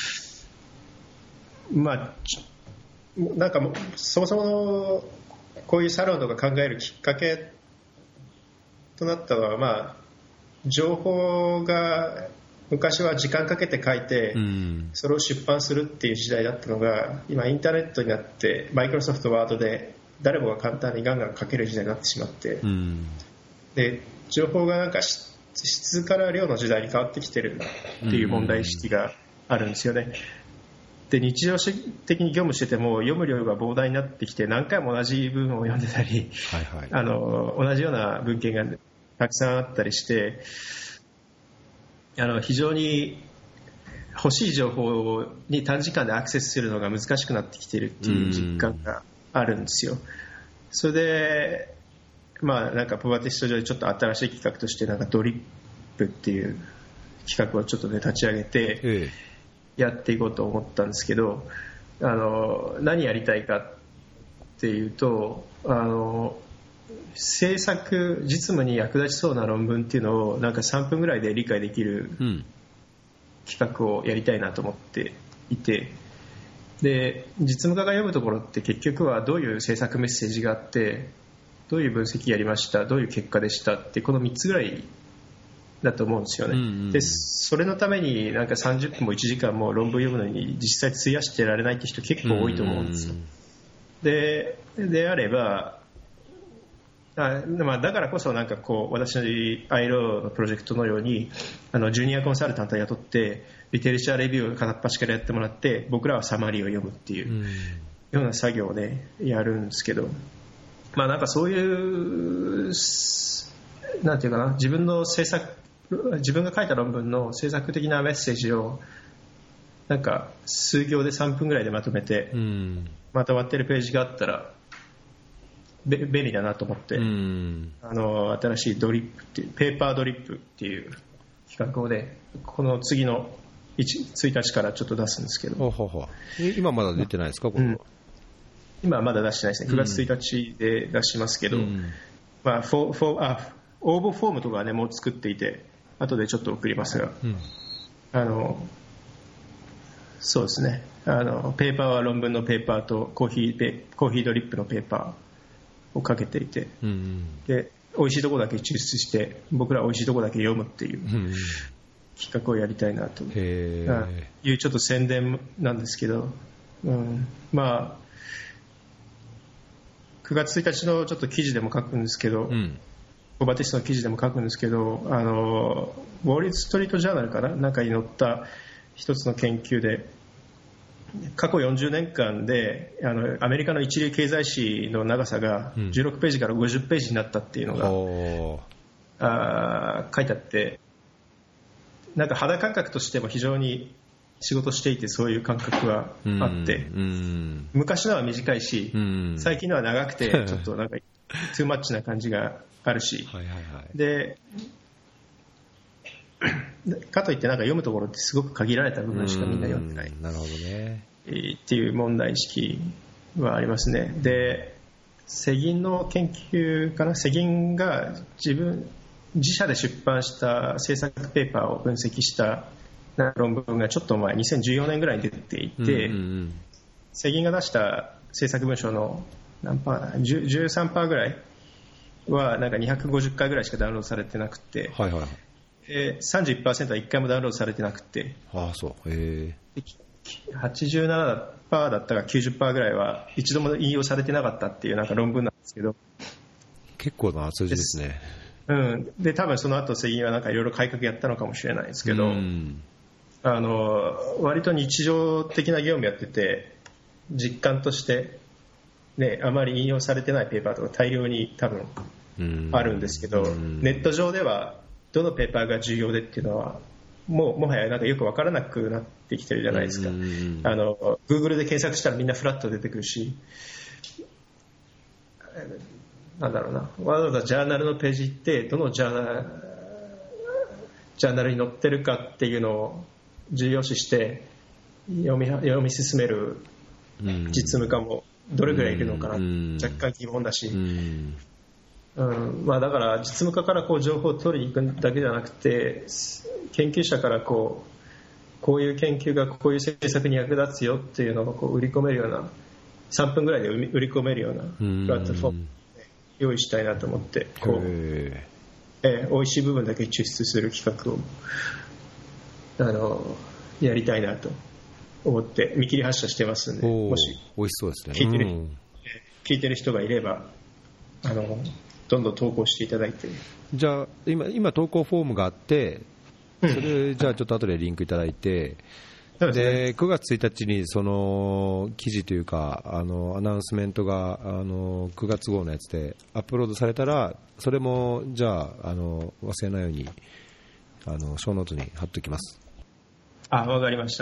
まあなんかそもそものこういうサロンとか考えるきっかけとなったのは、まあ情報が昔は時間かけて書いて、それを出版するっていう時代だったのが、今インターネットになってマイクロソフトワードで誰もが簡単にガンガン書ける時代になってしまって、で情報がなんか質から量の時代に変わってきてるっていう問題意識があるんですよね。で日常的に業務してても読む量が膨大になってきて、何回も同じ文を読んでたり、同じような文献がたくさんあったりして、非常に欲しい情報に短時間でアクセスするのが難しくなってきているっていう実感があるんですよ。それで、まあ、なんかポバティスト上でちょっと新しい企画としてなんかドリップっていう企画をちょっとね立ち上げてやっていこうと思ったんですけど、何やりたいかっていうと、制作実務に役立ちそうな論文っていうのをなんか3分ぐらいで理解できる企画をやりたいなと思っていて、で実務家が読むところって結局はどういう制作メッセージがあって、どういう分析やりました、どういう結果でしたって、この3つぐらいだと思うんですよね。でそれのためになんか30分も1時間も論文読むのに実際費やしてられないって人結構多いと思うんですよ。であればだからこそなんかこう私の ILO のプロジェクトのようにジュニアコンサルタントを雇ってリテレチャーレビューを片っ端からやってもらって、僕らはサマリーを読むっていうような作業をねやるんですけど、まあなんかそういうなんていうかな、自分が書いた論文の制作的なメッセージをなんか数行で3分ぐらいでまとめてまとまってるページがあったら便利だなと思って、新しいドリップっていうペーパードリップっていう企画をね、この次の1日からちょっと出すんですけど、 今まだ出てないですか？これは今はまだ出してないですね。9月1日で出しますけど、まあ、応募フォームとかはねもう作っていて後でちょっと送りますが、そうですね、ペーパーは論文のペーパーとコーヒードリップのペーパーをかけていて、で美味しいところだけ抽出して僕ら美味しいところだけ読むっていう企画をやりたいなというちょっと宣伝なんですけど、まあ9月1日のちょっと記事でも書くんですけど、ポバティストの記事でも書くんですけど、ウォール・ストリート・ジャーナルかな、中に載った一つの研究で、過去40年間でアメリカの一流経済誌の長さが16ページから50ページになったっていうのが、書いてあって、なんか肌感覚としても非常に仕事していてそういう感覚があって、昔のは短いし、最近のは長くてちょっとなんかトゥーマッチな感じがあるし、でかといってなんか読むところってすごく限られた部分しかみんな読んでない、 なるほどね、 っていう問題意識はありますね。で世銀の研究かな、世銀が自分自社で出版した制作ペーパーを分析した論文がちょっと前2014年ぐらいに出ていて、世銀が出した制作文書の何パー 13% ぐらいはなんか250回ぐらいしかダウンロードされてなくて、 はいはいはい、 31% は1回もダウンロードされてなくて、87% だったか 90% ぐらいは一度も引用されてなかったっていうなんか論文なんですけど、 結構な数字ですね。 で多分その後世銀はなんかいろいろ改革やったのかもしれないですけど、割と日常的な業務やってて実感として、ね、あまり引用されてないペーパーとか大量に多分あるんですけど、ネット上ではどのペーパーが重要でっていうのはもはやなんかよく分からなくなってきてるじゃないですか。Google で検索したらみんなフラッと出てくるし、なんだろうな、わざわざジャーナルのページ行ってどのジャーナルに載ってるかっていうのを重要視して読み進める実務家もどれぐらいいるのかな、若干疑問だし、だから実務家からこう情報を取りに行くだけじゃなくて、研究者からこういう研究がこういう政策に役立つよっていうのをこう売り込めるような、3分ぐらいで売り込めるようなプラットフォームを用意したいなと思って、美味しい部分だけ抽出する企画をやりたいなと思って見切り発車してますんで、もし美味しそうですね、 聞いてる人がいればどんどん投稿していただいて。 じゃあ今投稿フォームがあって、それじゃあちょっと後でリンクいただいて、で9月1日にその記事というかアナウンスメントが9月号のやつでアップロードされたら、それもじゃあ忘れないようにショーノートに貼っておきます。 わかりました。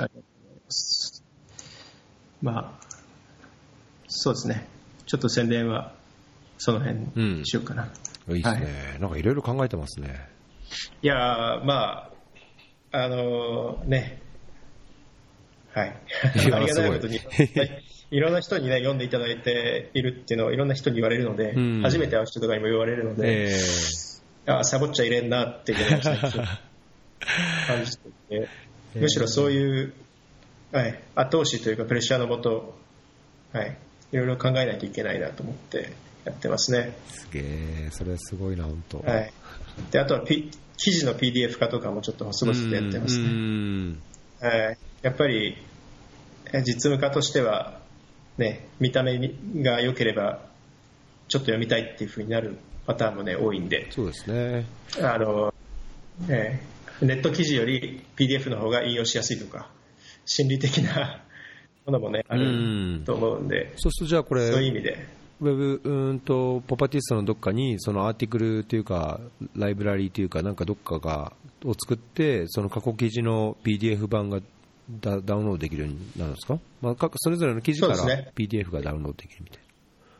そうですね、ちょっと宣伝はその辺にしようかな。 いいですね、なんかいろいろ考えてますね。 いやね、はい、ありがたいことにいろんな人に、ね、読んでいただいているっていうのをいろんな人に言われるので、初めて会う人とかにも言われるので、サボっちゃいれんなっていうのを感じていて、むしろそういう、後押しというかプレッシャーのもと、いろいろ考えないといけないなと思ってやってますね。 すげえ、それすごいな本当。 であとは、記事の PDF 化とかもちょっと細々とやってますね。やっぱり実務家としては、ね、見た目が良ければちょっと読みたいっていう風になるパターンも、ね、多いんで、 そうですね、 ネット記事より PDF の方が引用しやすいとか心理的なものも、ね、あると思うんで、 そうするとじゃあこれそういう意味でウェブポパティストのどっかにそのアーティクルというかライブラリーというかなんかどっかを作って、その過去記事の PDF 版がダウンロードできるようになるんですか？それぞれの記事から PDF がダウンロードできるみたいな。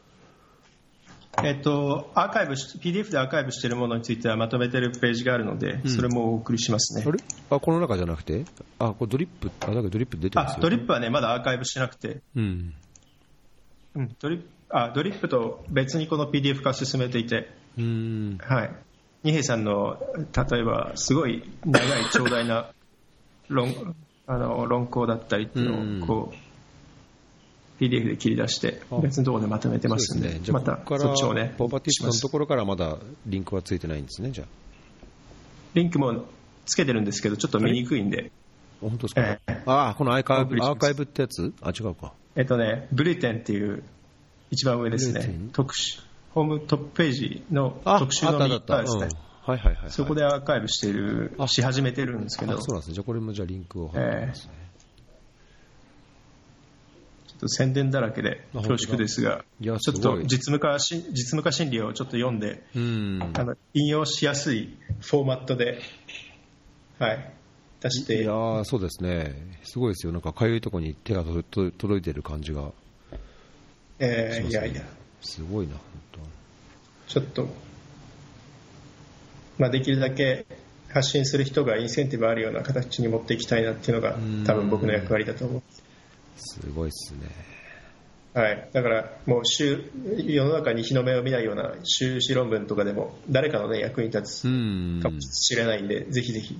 PDF でアーカイブしているものについてはまとめているページがあるので、それもお送りしますね。 この中じゃなくて、これドリップ、だからドリップ出てますよ。 ドリップはねまだアーカイブしてなくて、ドリップと別にこの PDF 化を進めていて、二瓶さんの例えばすごい長い長大な論考だったりっていうのをこう PDF で切り出して別のところでまとめてますんで、またそっちをね、 ポパティストのところからまだリンクはついてないんですね。じゃあリンクもつけてるんですけどちょっと見にくいんで。 本当ですか？このアーカイブってやつ？違うか。 ブルーテンっていう一番上ですね、ホームトップページの特集の右側ですね。そこでアーカイブし始めてるんですけど、 そうなんですね。じゃあこれもじゃあリンクを貼ってますね。 ちょっと宣伝だらけで恐縮ですが、ちょっと実務家心理をちょっと読んで、引用しやすいフォーマットで、出して。 いやそうですね、すごいですよ。なんかかゆいところに手が届いてる感じが。 いやすごいな本当。 ちょっと、できるだけ発信する人がインセンティブあるような形に持っていきたいなっていうのが多分僕の役割だと思う。 すごいですね。 はい、だからもう世の中に日の目を見ないような修士論文とかでも誰かの、ね、役に立つかもしれないんで、ぜひぜひ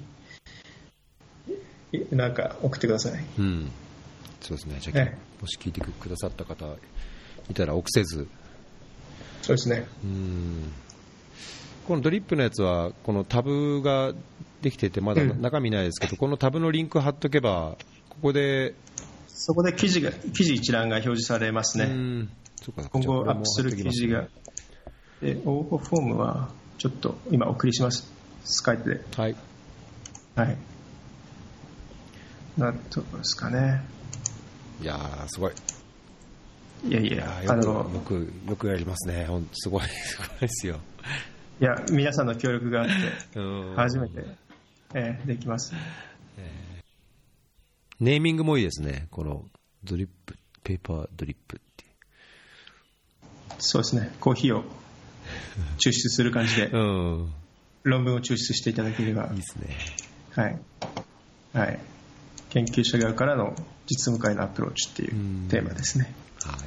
なんか送ってください。 そうですね。じゃあ、もし聞いてくださった方いたら臆せず。 そうですね。 このドリップのやつはこのタブができててまだ中身ないですけど、このタブのリンク貼っとけばそこで記事一覧が表示されますね。今後アップする記事が。応募フォームはちょっと今お送りします。スカイプで。はい。はい。なんとですかね。 いやーすごい。 いやよくやりますね。すごいですよ。 いや皆さんの協力があって初めて、できます。 ネーミングもいいですね。このドリップペーパードリップっていう。 そうですね。コーヒーを抽出する感じで、論文を抽出していただければいいですね。はいはい。研究者側からの実務会のアプローチっていうテーマですね。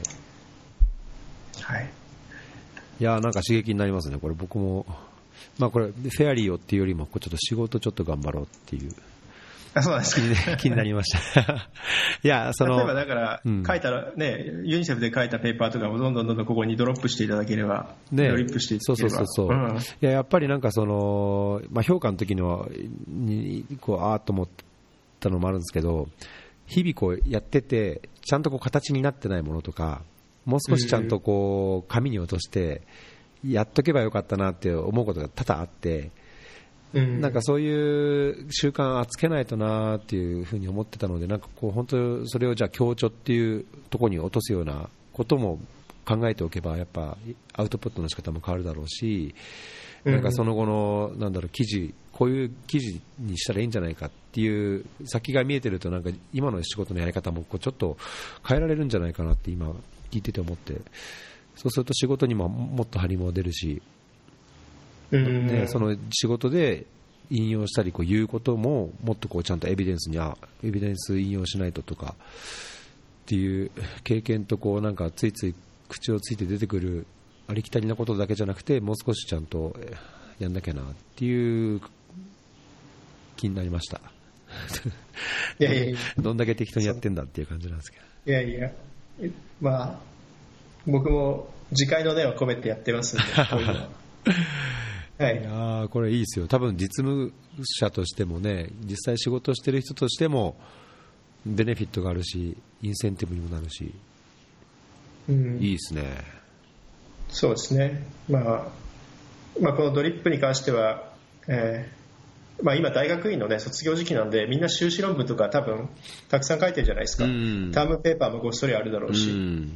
はい。 いやなんか刺激になりますね。これ僕もこれフェアリーをっていうよりもちょっと仕事ちょっと頑張ろうっていう。 そうですね、気になりましたいや例えばだから書いたら、ユニセフで書いたペーパーとかもどんどんここにドロップしていただければ、ドリップしていただければ、 いややっぱりなんか評価の時にはあーっと思ったのもあるんですけど、日々やっててちゃんと形になってないものとか、もう少しちゃんと紙に落としてやっとけばよかったなって思うことが多々あって、なんかそういう習慣をつけないとなっていうふうに思ってたので、なんか本当それをじゃあ強調っていうところに落とすようなことも考えておけば、やっぱアウトプットの仕方も変わるだろうし、なんかその後の記事、こういう記事にしたらいいんじゃないかっていう先が見えてると、なんか今の仕事のやり方もちょっと変えられるんじゃないかなって今聞いてて思って、そうすると仕事にももっと張りも出るし、その仕事で引用したり言うことももっとちゃんとエビデンス引用しないととかっていう経験となんかついつい口をついて出てくるありきたりなことだけじゃなくて、もう少しちゃんとやんなきゃなっていう気になりましたいやどんだけ適当にやってんだっていう感じなんですけど、いや僕も自戒の念を込めてやってますんでこういうのははい、 いやこれいいですよ。多分実務者としてもね、実際仕事してる人としてもベネフィットがあるし、インセンティブにもなるし、いいですね。 そうですね。このドリップに関しては、今大学院の、卒業時期なんで、みんな修士論文とか多分たくさん書いてるじゃないですか。タームペーパーもごっそりあるだろうし、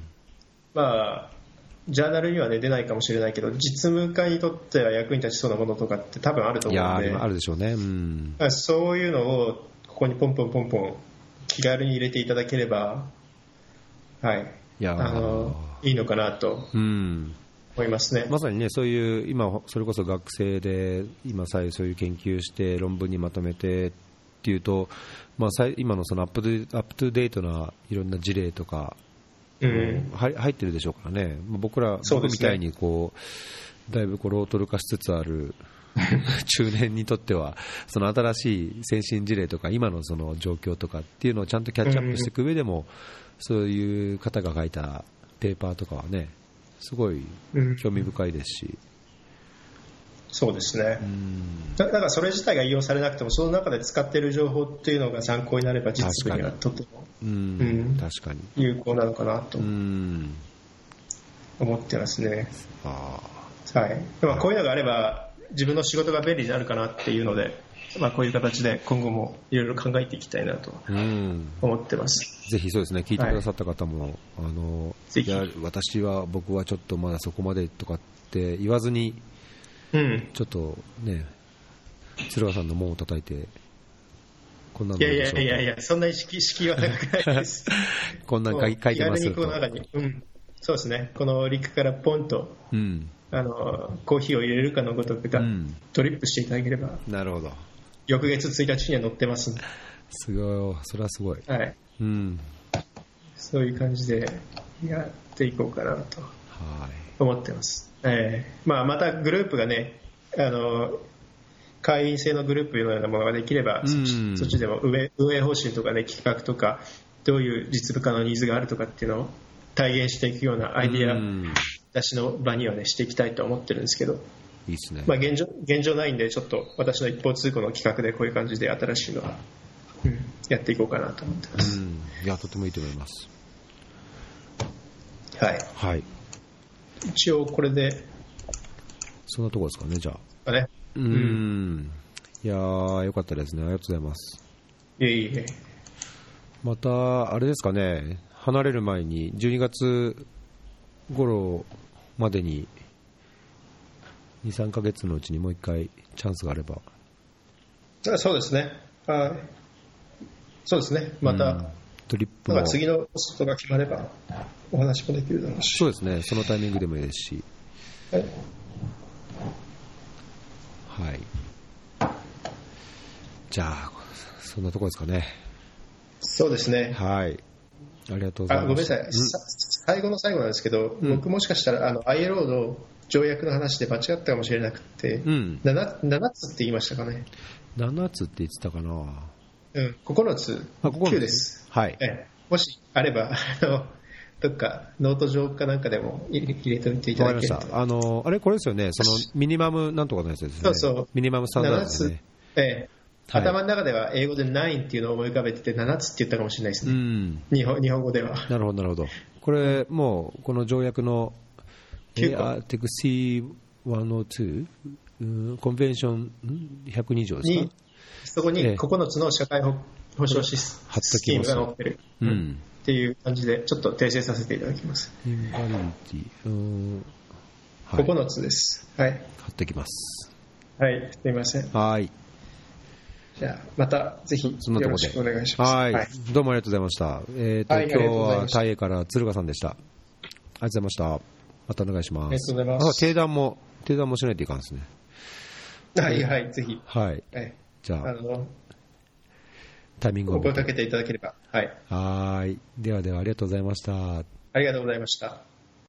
ジャーナルには、出ないかもしれないけど、実務家にとっては役に立ちそうなものとかって多分あると思うので、 あるでしょうね。 そういうのをここにポンポン気軽に入れていただければ、いいのかなと思いますね。 まさにね、そういう今それこそ学生で今そういう研究して論文にまとめてっていうと、今のそのアップトゥデートないろんな事例とか入ってるでしょうからね。僕みたいにだいぶロートル化しつつある中年にとっては、その新しい先進事例とか今のその状況とかっていうのをちゃんとキャッチアップしていく上でも、そういう方が書いたペーパーとかはね、すごい興味深いですし、 そうですね。だからそれ自体が引用されなくても、その中で使っている情報っていうのが参考になれば、実務にはとても確かに有効なのかなと思ってますね。でもこういうのがあれば自分の仕事が便利になるかなっていうので、こういう形で今後もいろいろ考えていきたいなと思ってます。 ぜひそうですね、聞いてくださった方も、いや僕はちょっとまだそこまでとかって言わずに、ちょっとね、鶴川さんの門を叩いて、こんなのどうでしょうか。 いやそんな意識はなくないですこんなん書いてますと。そうですね、このリンクからポンと、コーヒーを入れるかのごとくドリップしていただければ、 なるほど、 翌月1日には載ってます。 すごい、それはすごい。 そういう感じでやっていこうかなと思ってます。またグループがね、会員制のグループのようなものができれば、そっちでも運営方針とかね、企画とかどういう実務家のニーズがあるとかっていうのを体現していくようなアイディア出しの場にはねしていきたいと思ってるんですけど、 いいですね。 現状ないんで、ちょっと私の一方通行の企画でこういう感じで新しいのは、やっていこうかなと思ってます。 いや、とてもいいと思います。 はい、一応これでそんなところですかね、じゃあ。 ね、 いやー、よかったですね。ありがとうございます。 いえ。 またあれですかね、離れる前に12月頃までに 2,3 ヶ月のうちにもう一回チャンスがあれば。 そうですね。そうですね。またトリップも次のポストが決まればお話もできるだろうし。 そうですね。そのタイミングでもいいですし。はい。じゃあそんなところですかね。 そうですね。 はい。ありがとうございます。 ごめんなさい。最後の最後なんですけど、僕もしかしたらILO の条約の話で間違ったかもしれなくて、7つって言いましたかね。 7つって言ってたかな。 9つ。9です。 はい。 もしあればどっかノート上かなんかでも入れておいていただけると。 わかりました。あれこれですよね。そのミニマムなんとかのやつですね。 そう。 ミニマムスタンダードですね。 頭の中では英語で9っていうのを思い浮かべてて7つって言ったかもしれないですね。日本語では。 なるほどなるほど。これもうこの条約のArticle C102、コンベンション102条ですか。 そこに9つの社会保障スキームが載ってる、っていう感じでちょっと訂正させていただきます。 インバリティ、 9つです。はい。 貼ってきます。 はい。すみません。 はい。 じゃあまたぜひよろしくお願いします。 はい。どうもありがとうございました。今日はタイエから鶴賀さんでした。ありがとうございました。またお願いします。 ありがとうございます。 定談もしないといかんですね。 はいぜひ。 はい。じゃあタイミングをお声かけていただければ。 はい。ではありがとうございました。 ありがとうございました。